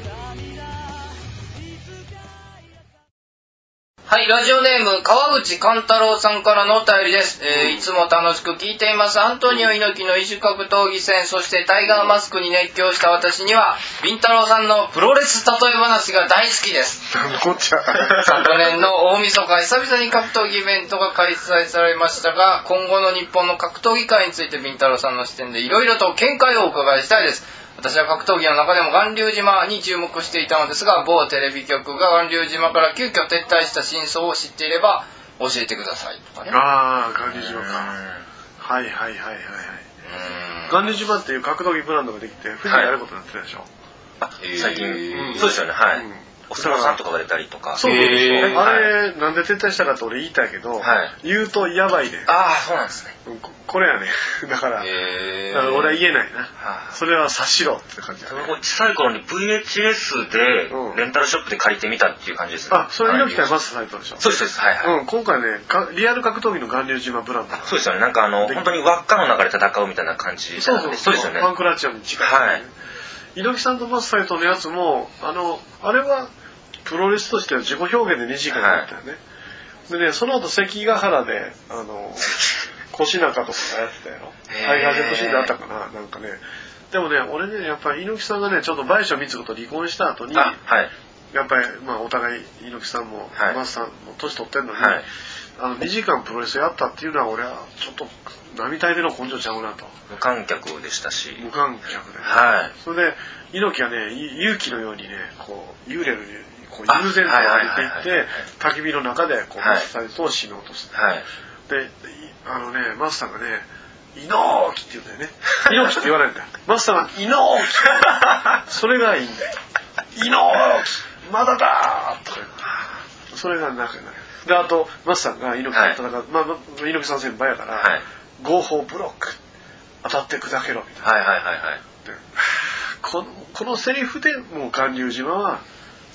はい、ラジオネーム川口勘太郎さんからのお便りです。いつも楽しく聞いています。アントニオ猪木の異種格闘技戦、そしてタイガーマスクに熱狂した私にはビンタロウさんのプロレス例え話が大好きです。昨年の大晦日、久々に格闘技イベントが開催されましたが、今後の日本の格闘技界についてビンタロウさんの視点でいろいろと見解をお伺いしたいです。私は格闘技の中でも巌流島に注目していたのですが、某テレビ局が巌流島から急遽撤退した真相を知っていれば教えてくださいとかね。 巌流島か。はい。巌流島っていう格闘技ブランドができて、富士でやることになってたでしょ。 最近、そうですよね。はい。お相撲さんとかが出たりとか。 そう。あれ、なんで撤退したかって俺言いたいけど、言うとやばいで。 そうなんですね。 これやね。だから俺は言えないな。それは察しろって感じだね。 小さい頃に VHS でレンタルショップで借りてみたっていう感じですね。 それ猪木対マスターサイトでしょ。 そうです。はい。 今回ね、リアル格闘技の巌流島ブランド。 そうですよね。なんか本当に輪っかの中で戦うみたいな感じ。 そうですよね。パンクラチオに近い。 はい。 猪木さんとマスターサイトのやつもあれはプロレスとしては自己表現で2時間だったよね。でね、その後関ヶ原で腰中とかやってたよ。タイガージェットシーンであったかな、なんかね。でもね、俺ね、やっぱり猪木さんがね、ちょっと倍賞光子と離婚した後に、やっぱりお互い猪木さんもマスさんも年取ってんのに、2時間プロレスやったっていうのは俺はちょっと並大抵の根性ちゃうなと。 無観客でしたし。 無観客で、それで猪木はね、勇気のようにね、こう幽霊のようにこう悠然と歩いていって焚き火の中でこうマスターと死のうとする。でマスターがね、猪木って言うんだよね。猪木って言わないんだよ。マスターが猪木それがいいんだよ。猪木まだだーとかそれが仲になる。で、あとマスターが猪木と戦う、猪木さん先輩やから、合法ブロック当たって砕けろみたいな。このセリフでもう巌流島は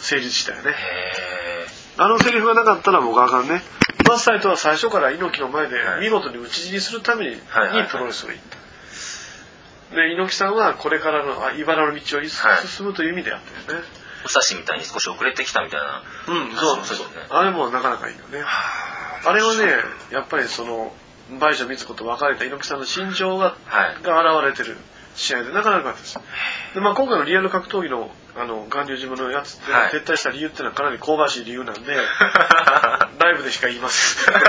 成立したよね。あのセリフがなかったら僕はあかんね。マスタイトは最初から猪木の前で見事に討ち死にするためにプロレスを行った。で猪木さんはこれからの茨の道を進むという意味であったよね。 武蔵みたいに少し遅れてきたみたいな。 そう。あれもなかなかいいよね。あれはね、やっぱりその倍賞美津子と別れた猪木さんの心情が現れてる試合でなかなかです。で、今回のリアル格闘技の巌流島のやつって撤退した理由っていうのはかなり香ばしい理由なんで、ライブでしか言いません。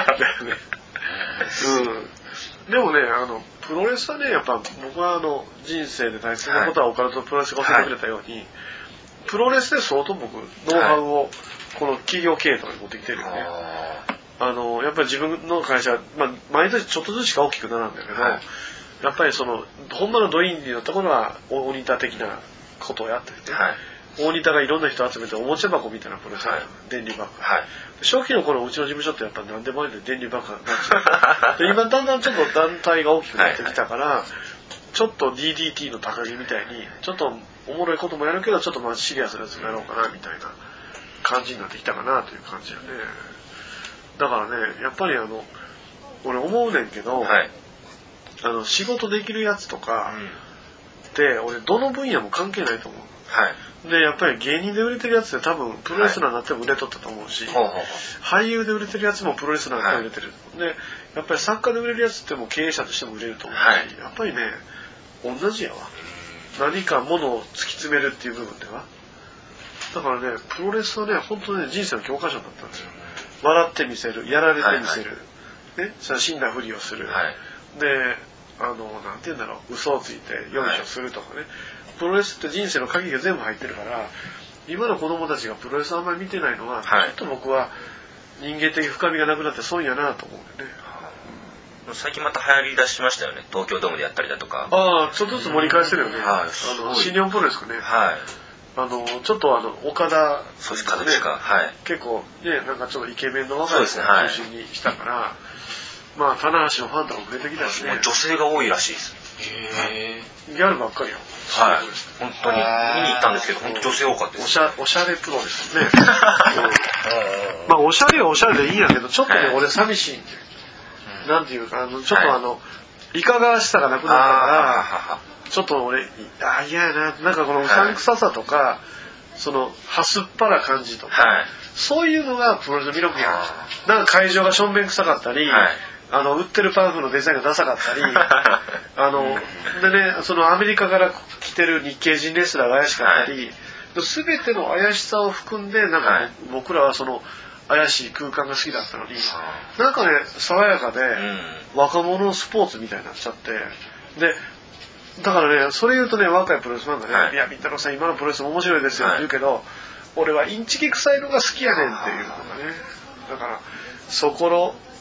でもね、プロレスはね、やっぱ僕は人生で大切なことはオカルトプロレスが教えてくれたように、プロレスで相当僕ノウハウをこの企業経営とかに持ってきてるよね。やっぱり自分の会社、毎年ちょっとずつしか大きくならんだけど、やっぱりそのほんまのドインディのところは大仁田的なことをやってて、大仁田がいろんな人集めておもちゃ箱みたいなプロレス、電流爆破、初期の頃うちの事務所ってやっぱ何でもありで電流爆破になっちゃう。で今だんだんちょっと団体が大きくなってきたから、ちょっと DDT の高木みたいにちょっとおもろいこともやるけどちょっとシリアスなやつもやろうかなみたいな感じになってきたかなという感じだね。だからね、やっぱり俺思うねんけど、仕事できるやつとかって俺どの分野も関係ないと思う。でやっぱり芸人で売れてるやつって多分プロレスラーになっても売れとったと思うし、俳優で売れてるやつもプロレスラーになって売れてる。でやっぱり作家で売れるやつっても経営者としても売れると思うし、やっぱりね同じやわ。何かものを突き詰めるっていう部分では。だからね、プロレスはね本当にね人生の教科書だったんですよ。笑ってみせる、やられてみせる、ね、死んだふりをする、でなんて言うんだろう、嘘をついてよいしょするとかね、プロレスって人生の鍵が全部入ってるから、今の子供たちがプロレスあんまり見てないのは、ちょっと僕は人間的深みがなくなって損やなと思うんだよね。 最近また流行り出しましたよね、東京ドームでやったりだとか。 ちょっとずつ盛り返してるよね。新日本プロレスかね。ちょっと岡田そうですかね、 結構ね、なんかちょっとイケメンの若い子を中心にしたから、棚橋のファンとかも出てきたしね。 女性が多いらしいです。 ギャルばっかりよ。 本当に見に行ったんですけど、本当女性多かったです。 おしゃれプロですね。おしゃれはおしゃれでいいんやけど、ちょっとね俺寂しいんで、なんていうかちょっといかがわしさがなくなったから。ちょっと俺嫌やな、なんかこのうさんくささとか、そのはすっぱな感じとか、そういうのがプロレスの魅力やん。なんか会場がしょんべんくさかったり、売ってるパンフのデザインがダサかったり、でね、そのアメリカから来てる日系人レスラーが怪しかったり、全ての怪しさを含んでなんか僕らはその怪しい空間が好きだったのに、なんかね爽やかで若者のスポーツみたいになっちゃって、でだからね、それ言うとね、若いプロレスファンがね、いや、み太郎さん、今のプロレスも面白いですよって言うけど、俺はインチキ臭いのが好きやねんっていうのがね。だから、そこ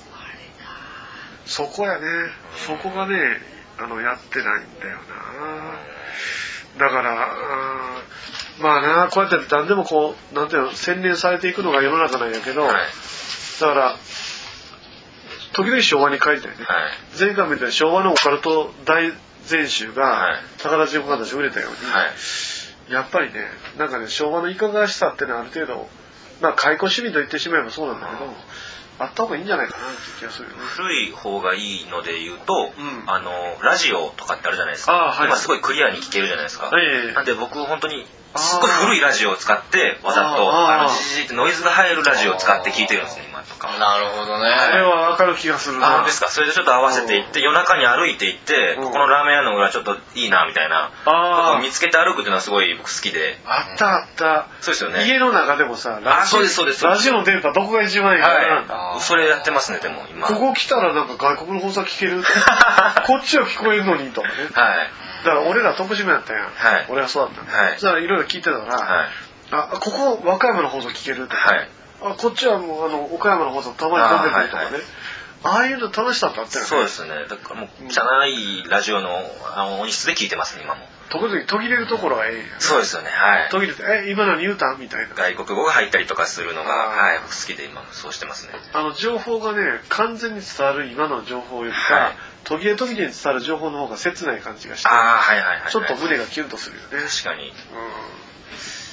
やね。そこがね、やってないんだよな。だから、こうやって何でもこう、なんていうの、洗練されていくのが世の中なんやけど、だから、時々昭和に帰りたいね。前回みたいに昭和のオカルト大全集が高田純子さんたち売れたように、やっぱりね、なんかね、昭和のいかがわしさってのはある程度、解雇市民と言ってしまえばそうなんだけど、あった方がいいんじゃないかなって気がするよね。 古い方がいいので言うと、ラジオとかってあるじゃないですか。今すごいクリアに聞けるじゃないですか。なんで僕本当にすごい古いラジオを使ってわざとジジってノイズが入るラジオを使って聞いてるんですね今とか。 なるほどね。 それは分かる気がするな。 ですか。それでちょっと合わせていって夜中に歩いていって、ここのラーメン屋の裏ちょっといいなみたいなを見つけて歩くっていうのはすごい僕好きで。 あった。 そうですよね。 家の中でもさ、 そうですラジオの電波どこが一番いいかなんだ。 それやってますね。でも今ここ来たらなんか外国の放送聞けるこっちは聞こえるのにとかね。だから俺ら徳島やったやん。俺はそうだった。そしたらいろいろ聞いてたら、ここ和歌山の放送聞けるとか、こっちはもう岡山の放送たまに飛んでくるとかね。ああいうの楽しさってあったよね。 そうですね。だからもう汚いラジオの音質で聞いてますね今も。 時々途切れるところがええ。 そうですよね。 途切れて今何言うたんみたいな。 外国語が入ったりとかするのが僕好きで今そうしてますね。 情報がね完全に伝わる今の情報よりか、途切れに伝わる情報の方が切ない感じがして、ちょっと胸がキュンとするよね。 確かに。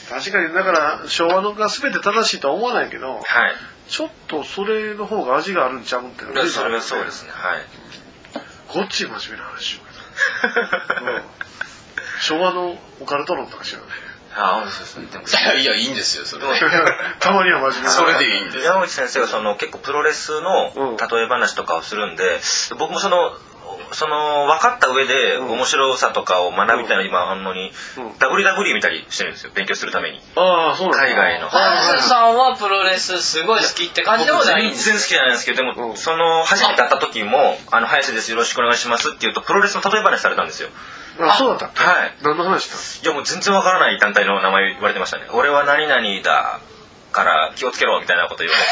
確かにだから昭和のが全て正しいとは思わないけど、ちょっとそれの方が味があるんちゃうっていうのはそれはそうですね。 こっち真面目な話しようけど、昭和のオカルト論とかしようね。 そうですね。いや、いいんですよ、それ。 たまには真面目な。 それでいいんです。 山口先生が結構プロレスの例え話とかをするんで、僕も分かった上で面白さとかを学びたいの今あんのに、WWE 見たりしてるんですよ、勉強するために。 そうなん海外の。 林さんはプロレスすごい好きって感じでもないんです。 全然好きじゃないんですけど、でも初めて会った時も林ですよろしくお願いしますって言うとプロレスの例え話されたんですよ。 そうだった。何の話した？ いやもう全然わからない団体の名前言われてましたね。俺は何々だから気をつけろみたいなこと言わ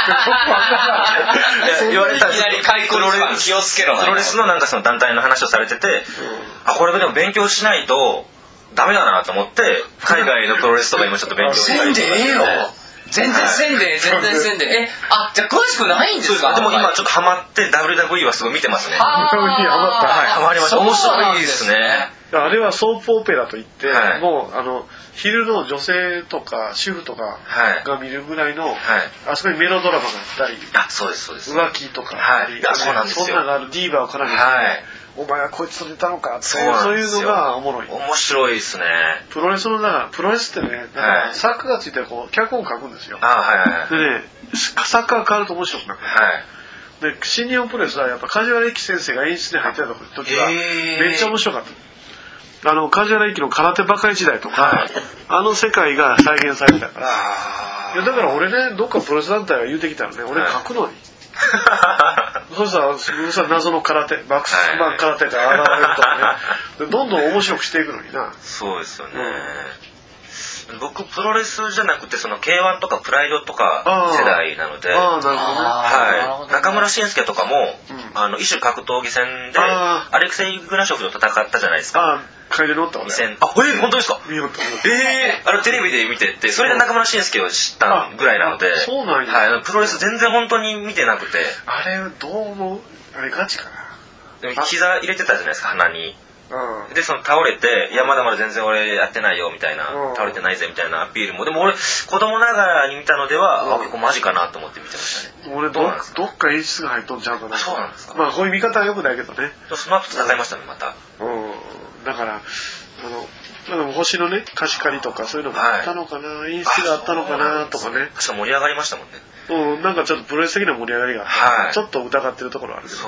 れて。言われたんですよ。いきなり開口に気をつけろ。プロレスのその団体の話をされてて、これでも勉強しないとダメだなと思って海外のプロレスとか今ちょっと勉強したりとか。 せんでええよ。全然せんで。じゃあ詳しくないんですか？ でも今ちょっとハマって WWE はすごい見てますね。 ハマりました。面白いですね。 あれはソープオペラといって、もう昼の女性とか主婦とかが見るぐらいの、あそこにメロドラマがあったり、 そうです浮気とかそうなんですよ。 そんなのがあるディーバーを絡めて、お前はこいつと出たのかってそういうのがおもろい。 面白いですね。 プロレスってね、作がついて脚本を書くんですよ。でね、作家が変わると面白くなくて、で新日本プロレスはやっぱ梶原一騎先生が演出に入ってた時はめっちゃ面白かった。梶原一騎の空手バカ時代とか、世界が再現されてたから。いやだから俺ね、どっかプロレス団体が言うてきたらね、俺書くのに。そしたら謎の空手、バックスマン空手が現れるとかね、どんどん面白くしていくのにな。 そうですよね。僕プロレスじゃなくてK1 とかプライドとか世代なので、中村慎介とかも一種格闘技戦でアレクセイ・グナショフと戦ったじゃないですか。 帰り乗ったわね。 本当ですか？見よった。あれテレビで見てて、それで中村慎介を知ったぐらいなので、 そうなんや。 プロレス全然本当に見てなくて。 あれどう思う？あれガチかな。 でも膝入れてたじゃないですか、鼻に。で倒れて、いやまだまだ全然俺やってないよみたいな、倒れてないぜみたいなアピールも、でも俺子供ながらに見たのでは、結構マジかなと思って見てましたね。 俺どっか演出が入っとんちゃうかな。 そうなんですか。 こういう見方はよくないけどね。 その後戦いましたね、また。 だから星のね貸し借りとかそういうのがあったのかな、演出があったのかなとかね。 盛り上がりましたもんね。 ちょっとプロレス的な盛り上がりがあって、ちょっと疑ってるところあるけど、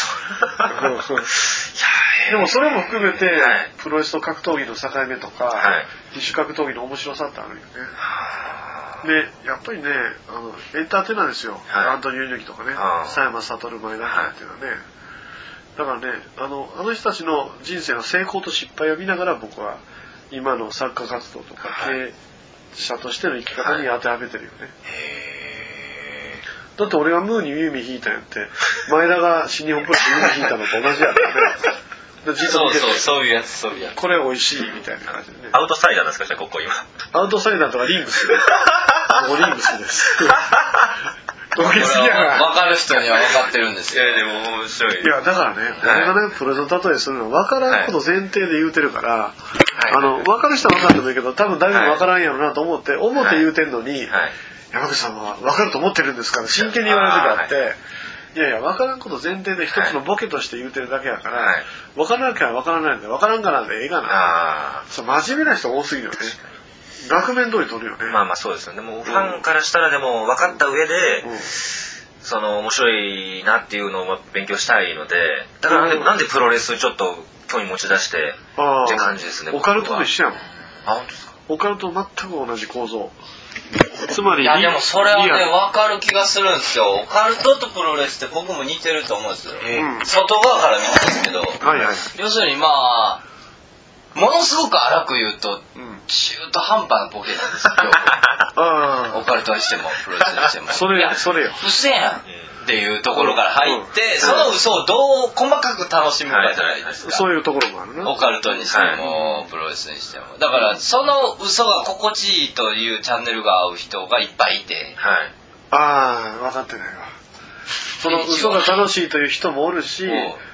でもそれも含めて、プロレスと格闘技の境目とか、自主格闘技の面白さってあるよね。でやっぱりねエンターテイナーですよ、アントニオ猪木とかね、佐山悟前田っていうのはね。だからねあの人たちの人生の成功と失敗を見ながら僕は今の作家活動とか経営者としての生き方に当てはめてるよね。だって俺がムーに弓引いたんやって前田が新日本プロレス弓引いたのと同じやからね。 そういうやつ。 これ美味しいみたいな感じでね。 アウトサイダーですか？じゃあここ今アウトサイダーとかリングスここリングスです分かる人には分かってるんですよ。 でも面白い。 いやだからね、俺がねプロレスの例えするのは分からんこと前提で言うてるから、分かる人は分かってもいいけど多分誰も分からんやろなと思って言うてんのに、山口さんは分かると思ってるんですから真剣に言われる時があって、いや分からんこと前提で一つのボケとして言うてるだけやから、分からなきゃ分からないんで分からんからでええがな。真面目な人多すぎるよね。額面通り取るよね。 そうですよね。でもファンからしたらでも分かった上で、面白いなっていうのを勉強したいので、だからなんでプロレスちょっと興味持ち出してって感じですね。 オカルトと一緒やもん。 本当ですか？ オカルト全く同じ構造。つまりいやでもそれはね分かる気がするんですよ。オカルトとプロレスって僕も似てると思うんですよ。外側から見たんですけど、要するにものすごく荒く言うと、中途半端なボケなんですよ。オカルトにしてもプロレスにしても。 それよ。 嘘やんっていうところから入って、その嘘をどう細かく楽しむかじゃないですか。 そういうところもあるな。 オカルトにしても、プロレスにしても。だからその嘘が心地いいというチャンネルが合う人がいっぱいいて。 分かってないわ。その嘘が楽しいという人もおるし、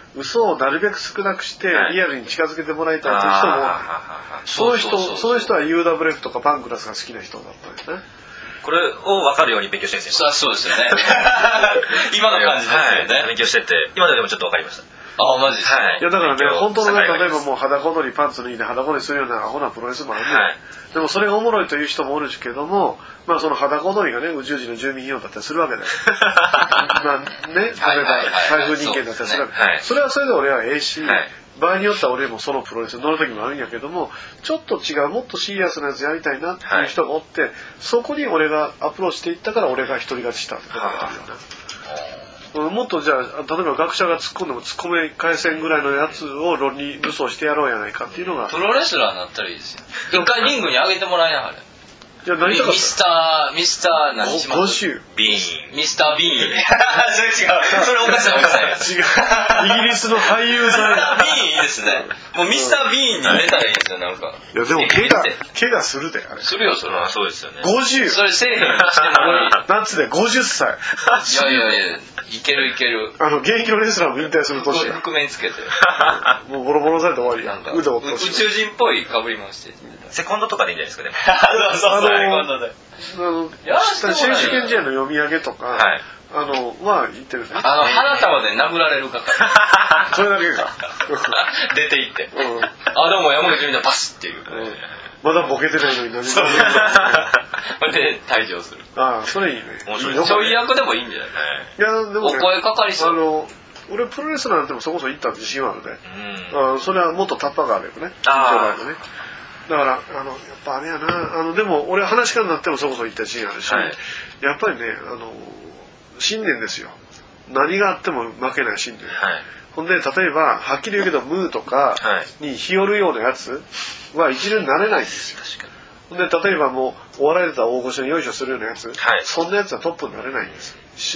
嘘をなるべく少なくしてリアルに近づけてもらいたいという人も、そういう人は UWF とかパンクラスが好きな人だったんですね。 これを分かるように勉強してるんですよ。 そうですよね。 今の感じですよね。勉強してて、今でもちょっと分かりました。 あ、マジですか。 いやだからね、本当のね、例えばもう裸踊りパンツ脱いで裸踊りするようなアホなプロレスもあるね。でもそれがおもろいという人もおるけども、まあその裸踊りがね、宇宙人の住民費用だったりするわけだよ。まあね、例えば台風人間だったりするわけ。それはそれで俺はええし、場合によっては俺もそのプロレスに乗る時もあるんやけども、ちょっと違う、もっとシリアスなやつやりたいなっていう人がおって、そこに俺がアプローチしていったから俺が独り勝ちしたってことだったんだよね。もっとじゃあ例えば学者が突っ込んでも突っ込め返せんぐらいのやつを論理武装してやろうやないかっていうのが。 プロレスラーになったらいいですよ。一回リングに上げてもらいながら。 いや何とかミスター何します？ ゴシュビーン。 ミスタービーン。 それ違う。それおかしい。 違う。イギリスの俳優さん。 ビーンいいですね。もうミスタービーンに入れたらいいですよ、なんか。 いやでも怪我するであれ。 するよ、それは。 そうですよね。 50。 それせえへんにしてもいい。 なんつって50歳。 いや、いける。 現役のレスラーも引退する年や。 覆面つけて。 もうボロボロされて終わりや。 宇宙人っぽい被りまして。 セコンドとかでいいんじゃないですかね。 そう、セコンドで。 選手権試合の読み上げとか、は言ってるね。 花束で殴られるかそれだけか。 出て行って。どうも山口みんなパスっていう。 まだボケてないのに何そう。で、退場する。 ああ、それいいね。 面白い。そういう役でもいいんじゃない？ いや、でもお声かかりそう。 俺プロレスなんてもそこそこ行った自信はあるね。それはもっとタッパがあるよね。だからやっぱあれやな、でも俺話し家になってもそこそこ行った自信あるし、やっぱりね、信念ですよ。何があっても負けない信念。ほんで例えばはっきり言うけどムーとかに日和るようなやつは一流になれないんですよ。ほんで例えばもうお笑いだったら大御所によいしょするようなやつ、そんなやつはトップになれないんです。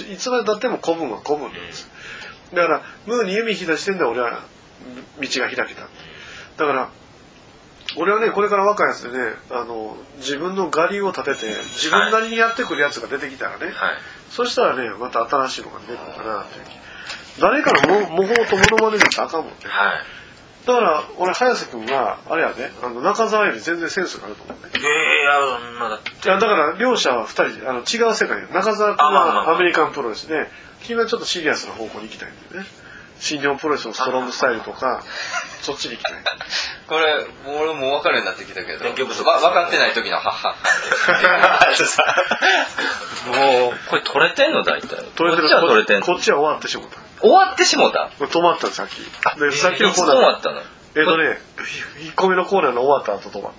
いつまでだっても古文は古文なんです。だからムーに弓引き出してんで俺は道が開けた。だから俺はねこれから若いやつでね自分の我流を立てて自分なりにやってくるやつが出てきたらね、そしたらねまた新しいのが出るのかなって。誰かの模倣とモノマネなんてあかんもんね。だから俺早瀬君はあれやで中澤より全然センスがあると思うね。いやだから両者は2人違う世界で中澤君はアメリカンプロレスで君はちょっとシリアスな方向に行きたいんだよね。新日本プロレスのストロングスタイルとかそっちに行きたい。 これ俺もう分かるようになってきたけど分かってない時のハッハッもうこれ取れてんの大体。こっちは取れてんの。 こっちは終わってしもた。 終わってしもた。 止まったさっき。でさっきのコーナー。 いつ止まったの ？1個目のコーナーの終わった後止まった。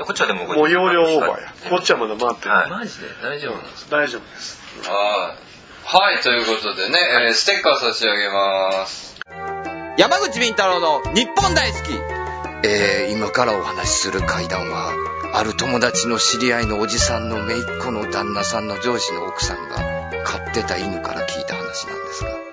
こっちはでももう容量オーバーや。こっちはまだ回ってる。 マジで大丈夫なんですか？大丈夫です。 はい、ということでね、ステッカー差し上げます。山口敏太郎の日本大好き。今からお話しする怪談は、ある友達の知り合いのおじさんの姪っ子の旦那さんの上司の奥さんが飼ってた犬から聞いた話なんですが。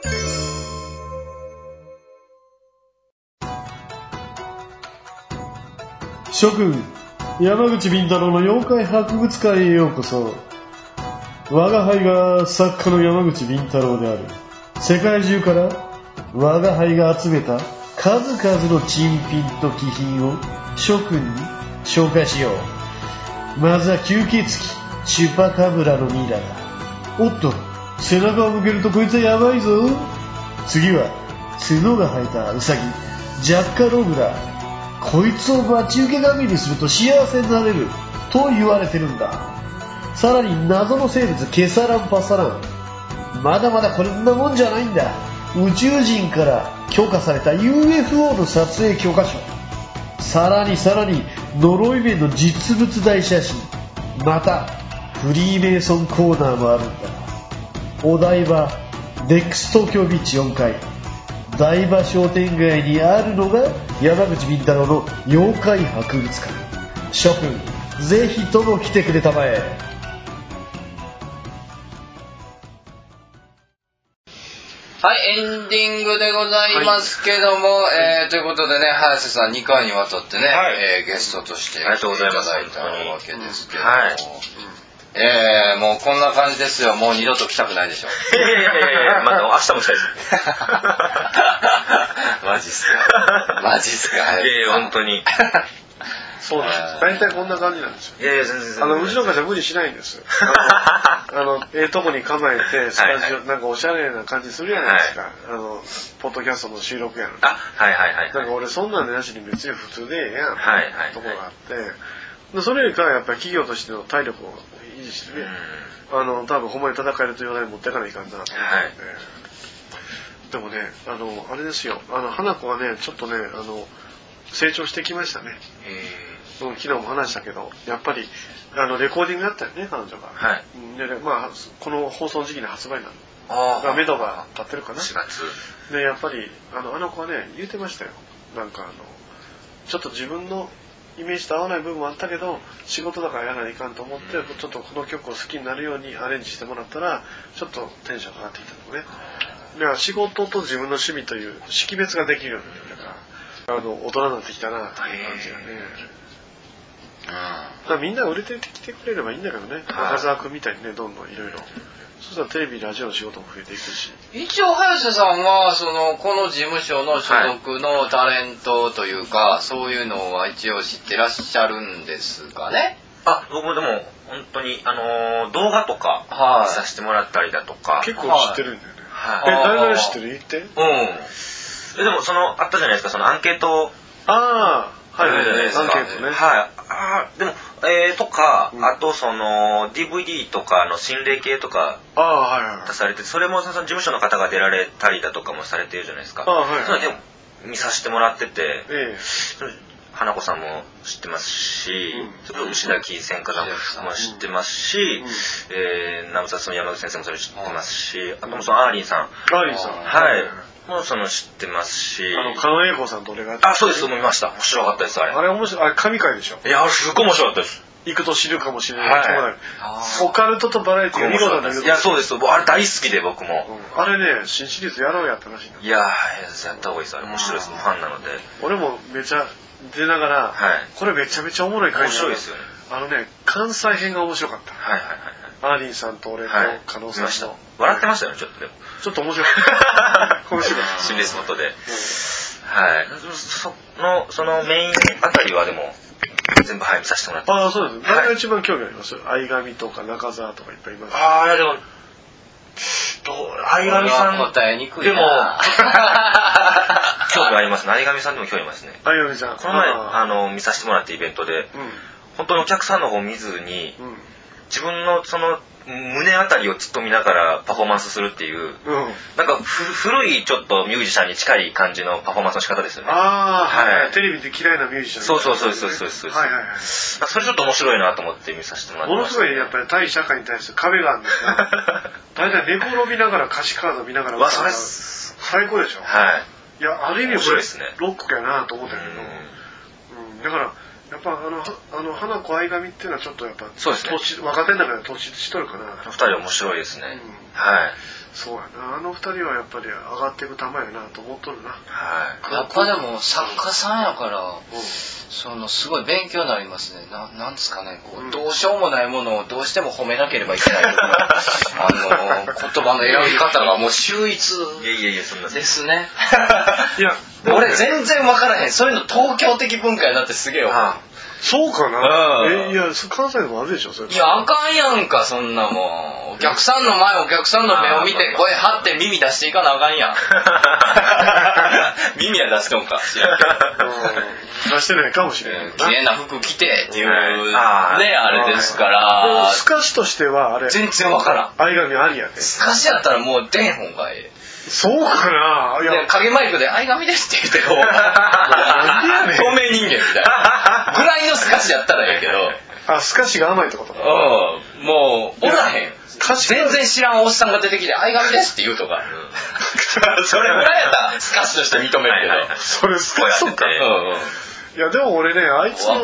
諸君、山口敏太郎の妖怪博物館へようこそ。我が輩が作家の山口敏太郎である。世界中から我が輩が集めた数々の珍品と奇品を諸君に紹介しよう。まずは吸血鬼チュパカブラのミイラだ。おっと、背中を向けるとこいつはやばいぞ。次は角が生えたウサギジャッカローグだ。こいつを待ち受け神にすると幸せになれると言われてるんだ。さらに謎の生物ケサランパサラン。まだまだこんなもんじゃないんだ。宇宙人から許可された UFO の撮影許可書。さらに呪い面の実物大写真。またフリーメイソンコーナーもあるんだ。お台場デックス東京ビーチ4階台場商店街にあるのが山口敏太郎の妖怪博物館。諸君ぜひとも来てくれたまえ。 はい、エンディングでございますけども、ということでね、早瀬さん2回にわたってね、ゲストとして来ていただいたわけですけども、 もうこんな感じですよ。もう二度と来たくないでしょ。 また明日も来たいです。 マジっすか。マジっすか。 本当に。 そうなんです。大体こんな感じなんですよ。 全然。 うちの会社無理しないんです。とこに構えて、スタジオ、なんかおしゃれな感じするじゃないですか。ポッドキャストの収録やのに。なんか俺そんなんなしに別に普通でええやん。ところがあって。それよりかはやっぱり企業としての体力を維持してね、多分ほんまに戦えるという状態に持っていかないかんなと思って。でもね、あれですよ。花子はね、ちょっとね、成長してきましたね。昨日も話したけど、やっぱりレコーディングだったよね、彼女が。で、この放送時期の発売なの。目処が立ってるかな。 4月。 で、やっぱりあの子はね、言ってましたよ。なんかちょっと自分のイメージと合わない部分もあったけど、仕事だからやらないかんと思って、ちょっとこの曲を好きになるようにアレンジしてもらったら、ちょっとテンション上がってきたのね。だから仕事と自分の趣味という識別ができるようになるから、大人になってきたなという感じがね。だからみんな売れてきてくれればいいんだけどね。中澤君みたいにね、どんどんいろいろ。そしたらテレビラジオの仕事も増えていくし。 一応早瀬さんはこの事務所の所属のタレントというか、そういうのは一応知ってらっしゃるんですかね。 僕もでも本当に動画とか見させてもらったりだとか。 結構知ってるんだよね。誰々知ってる？言って。 でもあったじゃないですか、アンケート。 アンケートね。 でもとか、あとDVD とかの心霊系とか出されて、それも事務所の方が出られたりだとかもされてるじゃないですか。それでも見させてもらってて、花子さんも知ってますし、牛田木専科さんも知ってますし、南部さんの山口先生もそれ知ってますし、あともアーリンさん。もう知ってますし、 狩野英孝さんと俺が。 そうです、見ました。面白かったです、あれ。 あれ面白い、神回でしょ。 すっごい面白かったです。 行くと知るかもしれない。オカルトとバラエティが見事だけど。 そうです。あれ大好きで、僕も。 あれね、新シリーズやろうやったらしいんだ。 やった方がいいです。面白いです。ファンなので。 俺もめちゃ出ながら、これめちゃめちゃおもろい回面白いですよね。 関西編が面白かった。アーリンさんと俺と加納さんの。 笑ってましたよね、ちょっとでも。 ちょっと面白かった。 心霊スポットで。そのメインあたりはでも、全部見させてもらってます。 そうです。誰が一番興味あります？相上とか中澤とかいっぱいいます。 でも、相上さん答えにくいな。 でも、興味ありますね。相上さんでも興味ありますね。 相上さん。 この前、見させてもらったイベントで、本当にお客さんの方見ずに、自分の胸あたりをずっと見ながらパフォーマンスするっていう、なんか古いちょっとミュージシャンに近い感じのパフォーマンスの仕方ですよね。 テレビで嫌いなミュージシャン。 そう。それちょっと面白いなと思って見させてもらってものすごいやっぱり対社会に対する壁があるんですよ。大体寝転びながら歌詞カード見ながらそれ最高でしょ。いや、ある意味これロックやなと思ったけど、だからやっぱ花子相上っていうのはちょっとやっぱそうですね、 若手の中で突出しとるかな。 2人面白いですね。 そうやな、2人はやっぱり上がっていく玉やなと思っとるな。 やっぱでも作家さんやから、すごい勉強になりますね。なんですかね、どうしようもないものをどうしても褒めなければいけないとか、言葉の選び方がもう秀逸ですね。いや、俺全然分からへん。そういうの東京的文化やなってすげえ思う。 そうかな。いや、関西でもあるでしょ、それ。 いや、あかんやんか、そんなもん。お客さんの前、お客さんの目を見て、声張って耳出していかなあかんやん。耳は出しとんか、知らんけど。出してないかもしれない。 綺麗な服着てっていう、ね、あれですから。 スカシとしては、あれ。 全然わからん。 相上ありやね。 スカシやったらもう出んほうがええ。 そうかな。 影マイクで相上ですって言ってこう、透明人間みたいなぐらいのスカシやったらええけど。 スカシが甘いってことか。 もうおらへん。全然知らんおっさんが出てきて相上ですって言うとか。それぐらいやったらスカシとして認めるけど。 それスカシか。いやでも俺ね、あいつの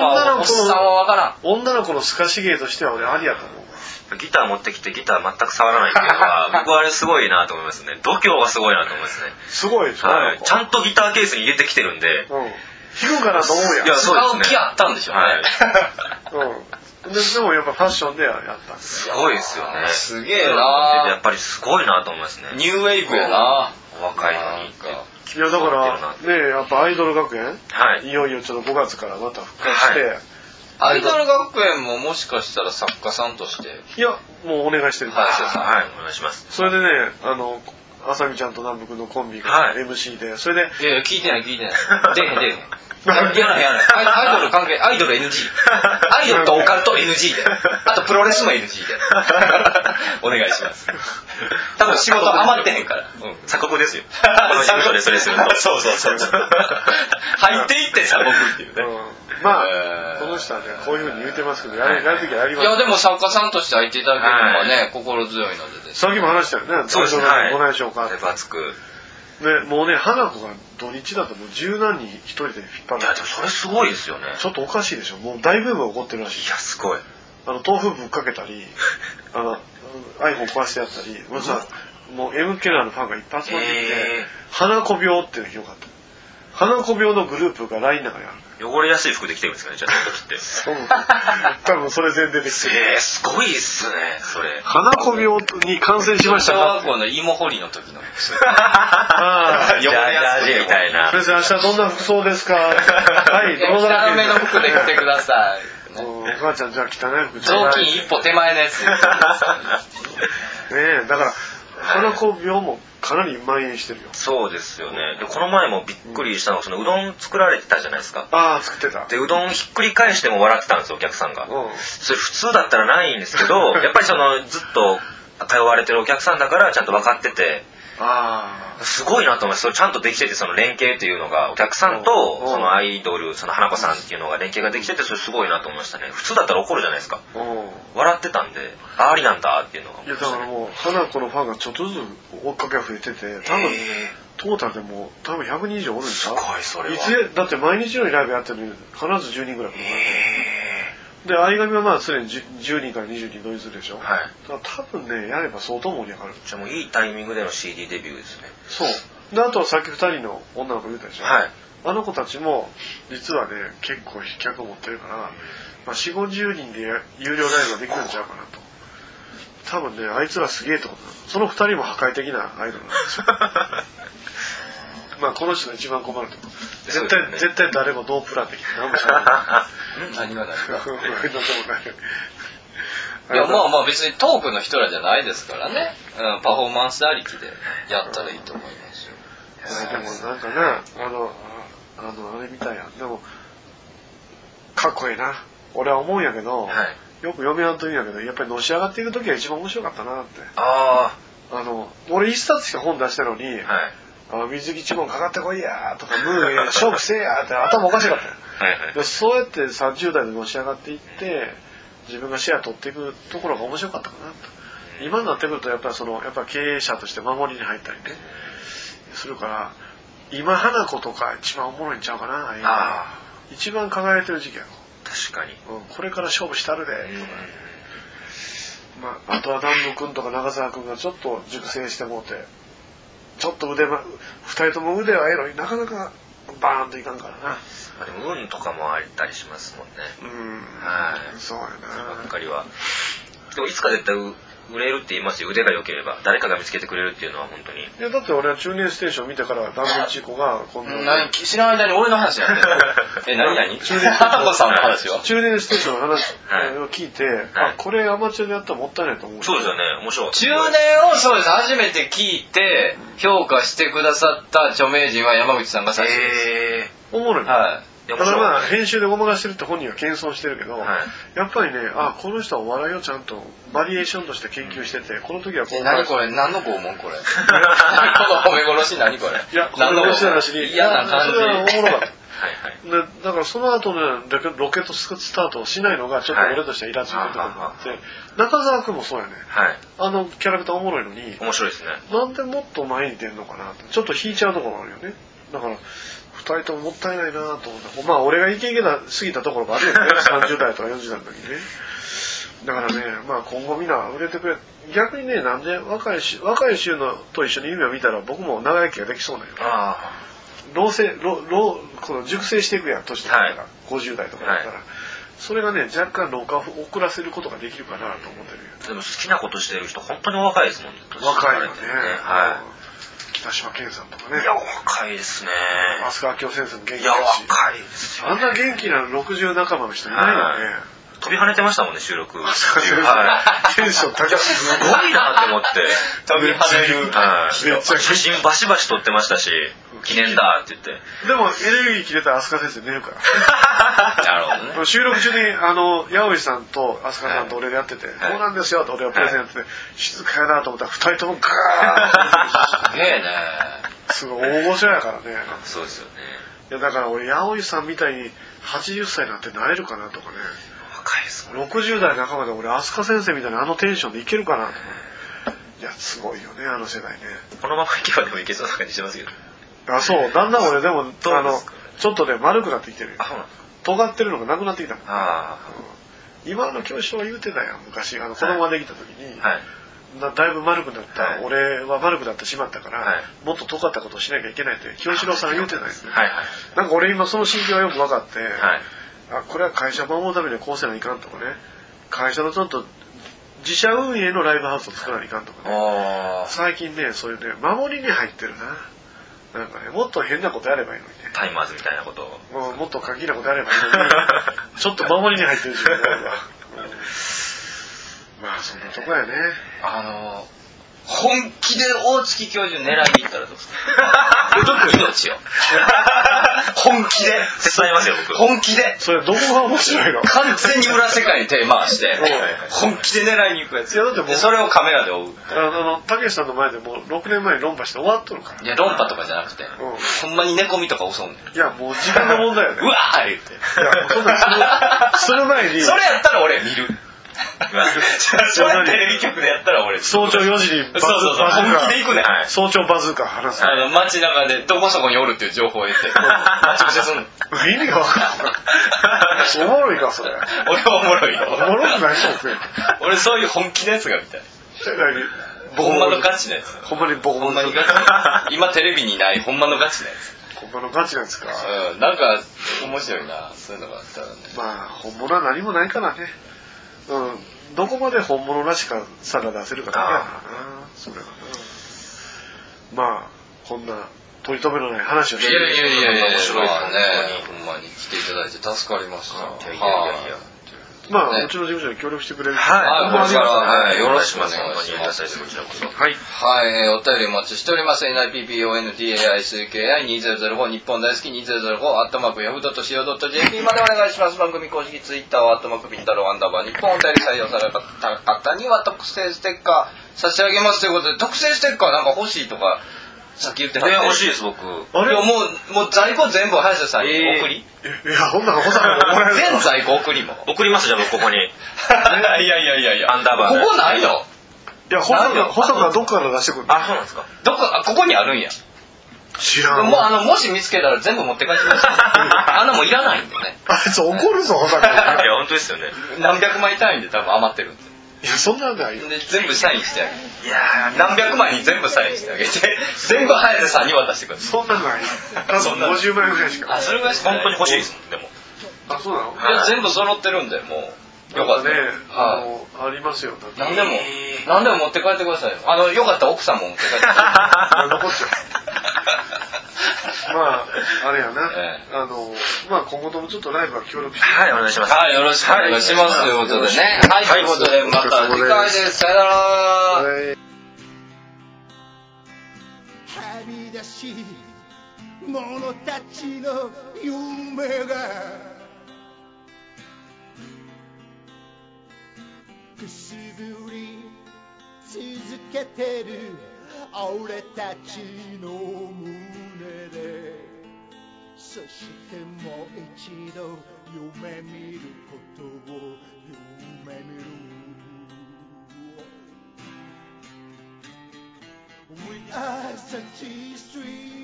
女の子のスカシ芸としては俺ありやと思う。 ギター持ってきてギター全く触らないっていうのは僕はあれすごいなと思いますね。度胸がすごいなと思いますね。 すごいでしょ。 ちゃんとギターケースに入れてきてるんで。 弾くかなと思うやん。 いや、そうですね。使う気あったんでしょうね。 でもやっぱファッションでやったんですよ。すごいですよね。 すげえな。 やっぱりすごいなと思いますね。 ニューウェイブやな。 若いのに。 いやだからね、やっぱアイドル学園、いよいよちょっと5月からまた復活して、 アイドル学園ももしかしたら作家さんとして。 いや、もうお願いしてるんですよ。 はい、お願いします。 それでね、あさみちゃんと南北のコンビが MC で、それで。 いや、聞いてない。出へん。やらない。アイドル関係、アイドル NG。アイドルとオカルト NG で。あとプロレスも NG で。お願いします。多分仕事余ってへんから。 鎖国ですよ。この事務所でそれすると。 そう。入っていって鎖国っていうね。 まあ、この人はね、こういうふうに言うてますけど、やるときはやります。 いや、でも作家さんとして入っていただけるのはね、心強いので。 さっきも話したよね。 そうですね。 ご内緒か。 熱く。 ね、もうね、花子が土日だともう十何人一人で引っ張る。 いや、でもそれすごいですよね。 ちょっとおかしいでしょ。もう大ブームが起こってるらしい。 いや、すごい。 豆腐ぶっかけたり、iPhone 壊してやったり、もう MK のファンがいっぱい集まってきて、花子病っていうのが広がった。花子病のグループが LINE の中にある。 汚れやすい服で着てるんですかね、じゃあその時って。 そう。多分それ前提で着てる。 すごいっすね、それ。 花子病に感染しましたか。 小学校の芋掘りの時の。 汚れやすいみたいな。 先生、明日どんな服装ですか。はい、 どのだらけの服で着てください。 お母ちゃん、じゃあ汚い服雑巾一歩手前のやつ。ねえ、だから、花子病もかなり蔓延してるよ。 そうですよね。でこの前もびっくりしたのが、そのうどん作られてたじゃないですか。 ああ、作ってた。 でうどんひっくり返しても笑ってたんですよ、お客さんが。それ普通だったらないんですけど、やっぱりそのずっと通われてるお客さんだからちゃんと分かってて。すごいなと思います。それちゃんとできてて、その連携っていうのがお客さんとそのアイドル、その花子さんっていうのが連携ができてて、それすごいなと思いましたね。普通だったら怒るじゃないですか。笑ってたんで、ありなんだっていうのが。 いやだからもう花子のファンがちょっとずつ追っかけが増えてて、多分トータルでも多分100人以上おるんちゃう。 すごい、それは。 だって毎日のようにライブやってるのに必ず10人ぐらい来るからね。で、相上はまあすでに10人から20人ノイズでしょ。はい。だから多分ね、やれば相当盛り上がる。 じゃあもういいタイミングでの CD デビューですね。 そう。で、あとさっき2人の女の子言ったでしょ。はい。あの子たちも実はね、結構飛脚持ってるから、まあ、4、50人で有料ライブができるんちゃうかなと。多分ね、あいつらすげえってことなの。その2人も破壊的なアイドルなんですよ。まあこの人が一番困るとこ。絶対誰もノープランできて何もしない。 何が何か。いや、まあ別にトークの人らじゃないですからね。パフォーマンスありきでやったらいいと思いますよ。 でもなんかな、あれみたいやん。でも、かっこいいな。俺は思うんやけど、よく嫁はんと言うんやけど、やっぱりのし上がっていく時が一番面白かったなって。俺一冊しか本出したのに、水木一門かかってこいやとか、ムーン勝負せえやって頭おかしかったよ。でそうやって30代でのし上がっていって、自分がシェア取っていくところが面白かったかなと。今になってくるとやっぱり経営者として守りに入ったりねするから、今花子とか一番おもろいんちゃうかな。一番輝いてる時期やろ。 確かに。 これから勝負したるでとか。まああとは南部君とか長澤君がちょっと熟成してもうて。ちょっと2人とも腕はエロい、なかなかバーンといかんからな。 でも運とかもあったりしますもんね。 はい。そうやな。 ばっかりは。でもいつか絶対売れるって言いますよ。腕が良ければ誰かが見つけてくれるっていうのは本当に。いやだって俺は中年ステーション見てからダンブチコがこんな。知らない間に俺の話やってる。何？花子さんの話は？ 中年ステーションの話を聞いて、これアマチュアでやったらもったいないと思う。 そうですよね。面白い。 中年をそうです。初めて聞いて評価してくださった著名人は山口さんが最初です。 おもろい。 はい。 だからまあ編集でごまかしてるって本人は謙遜してるけど、やっぱりね、この人はお笑いをちゃんとバリエーションとして研究してて、この時はこう。 何これ？何の拷問これ？この褒め殺し何これ？ いや、何の殺しに嫌な感じ。 それはおもろかった。だからその後ね、ロケットスタートをしないのがちょっと俺としてはイラついてるところがあって、中澤君もそうやね。キャラクターおもろいのに。 面白いですね。 なんでもっと前に出んのかなって、ちょっと引いちゃうところあるよね。だから。2人とももったいないなと思って、まあ俺がイケイケ過ぎたところがあるよね。30代とか40代の時にね。だからね、まあ今後みんな売れてくれ。逆にね、なんで若い衆のと一緒に夢を見たら僕も長生きができそうなんよ。この熟成していくやん、年とかから、50代とかだったら。 それがね若干老化を遅らせることができるかなと思ってるよ。 でも好きなことしてる人本当にお若いですもんね。 若いよね。 はい。 北島健さんとかね。 いや若いですね。 飛鳥明夫先生も元気だし。 いや若いですよ、 あんな元気な60半ばの人いないよね。 飛び跳ねてましたもんね、収録。 はい。テンション高い。 すごいなって思って。 飛び跳ねる。 写真バシバシ撮ってましたし、記念だって言って。 でも、エネルギー切れたら飛鳥先生寝るから。 なるほどね。 収録中に、八尾さんと飛鳥さんと俺でやってて、そうなんですよって俺がプレゼンやってて、静かやなと思ったら2人ともガーッすげえね。 すごい大御所やからね。 そうですよね。 いや、だから俺、八尾さんみたいに80歳になってなれるかなとかね。 若いですね。 60代半ばで俺、飛鳥先生みたいなテンションでいけるかなとか。いや、すごいよね、世代ね。 このままいけばでもいけそうな感じしますけど。 あ、そう。だんだん俺でも、ちょっとね、丸くなってきてるよ。尖ってるのがなくなってきた。今の教師は言うてたやん、昔。子供ができた時に。だいぶ丸くなった、俺は丸くなってしまったから、もっと尖ったことをしなきゃいけないって清志郎さんが言うてないですね。なんか俺今その心境がよく分かって、これは会社守るためにはこうせないかんとかね、会社のちょっと自社運営のライブハウスを作らないかんとかね、最近ね、そういうね、守りに入ってるな。なんかね、もっと変なことやればいいのにね。 タイマーズみたいなことを。 もっと過激なことやればいいのに、ちょっと守りに入ってる自分があるわ。まあそんなとこやね。 本気で大月教授狙いに行ったらどうですか？命を。本気で。 手伝いますよ、僕。 本気で。 それどこが面白いの？ 完全に裏世界に手回して、本気で狙いに行くやつ。いやだってもうそれをカメラで追う。 たけしさんの前でもう6年前に論破して終わっとるから。 いや、論破とかじゃなくて、ほんまに寝込みとか襲うんだよ。 いや、もう時間の問題よね。 うわー言って。 いや、そんな、その前に。 それやったら俺見る。それテレビ局でやったら俺早朝4時にバズーカ本気で行くね。 早朝バズーカ話す。 街中でどこそこにおるっていう情報を得て待ち伏せすんの。 意味が分からん。おもろいかそれ。 俺はおもろいよ。 おもろくないそうね。 俺そういう本気のやつが見たい。ほんまのガチなやつ。 ほんまにボコボコ。 今テレビにないほんまのガチなやつ。 ほんまのガチなんですか。 なんか面白いな、そういうのがあったらね。 まあ本物は何もないからね。どこまで本物らしかさが出せるかだけだからな。それはな。まあこんな取り留めのない話をしてる。 いや面白いからね。ほんまに来ていただいて助かりました。いや。 まあうちの事務所に協力してくれる。 はい。これからよろしくお願いします。 はい。 はい。お便りお待ちしております。NIPPONDAISUKI2005 日本大好き2005@yahoo.co.jp までお願いします。番組公式ツイッターはピンタロー_日本お便り採用された方には特製ステッカー差し上げますということで、特製ステッカーなんか欲しいとかさっき言ってた。 欲しいです、僕。 あれもう在庫全部早瀬さんに送り。 いや、ほんなら全在庫送りも。 送りますじゃあ僕ここに。いや。 アンダーバー。 ここないの？ いや、細がどっから出してくるの？ あ、そうなんですか。 ここにあるんや。 知らん。 もし見つけたら全部持って帰ってください。もういらないんでね。 あいつ怒るぞ、細が。 いや、本当ですよね。 何百枚単位で多分余ってるんで。 いや、そんなんないよ。 で、全部サインしてあげる。いや何百枚に全部サインしてあげて、全部早瀬さんに渡してください。 そんなのない。多分50枚ぐらいしか。 それぐらいしか本当に欲しいですもん、でも。 あ、そうなの？ いや、全部揃ってるんで、もう。よかったね。 ありますよ。 何でも持って帰ってくださいよ。よかったら奥さんも持って帰ってください。 残っちゃう。まあ、あれやな。まあ今後ともちょっとライブは協力して。 はい、お願いします。 はい、よろしくお願いします。ということでね。はい、ということで、また次回です。さよなら。はみ出し者たちの夢がくすぶり続けてる俺たちの胸で、そしてもう一度夢見ることを夢見る。 We are the G Street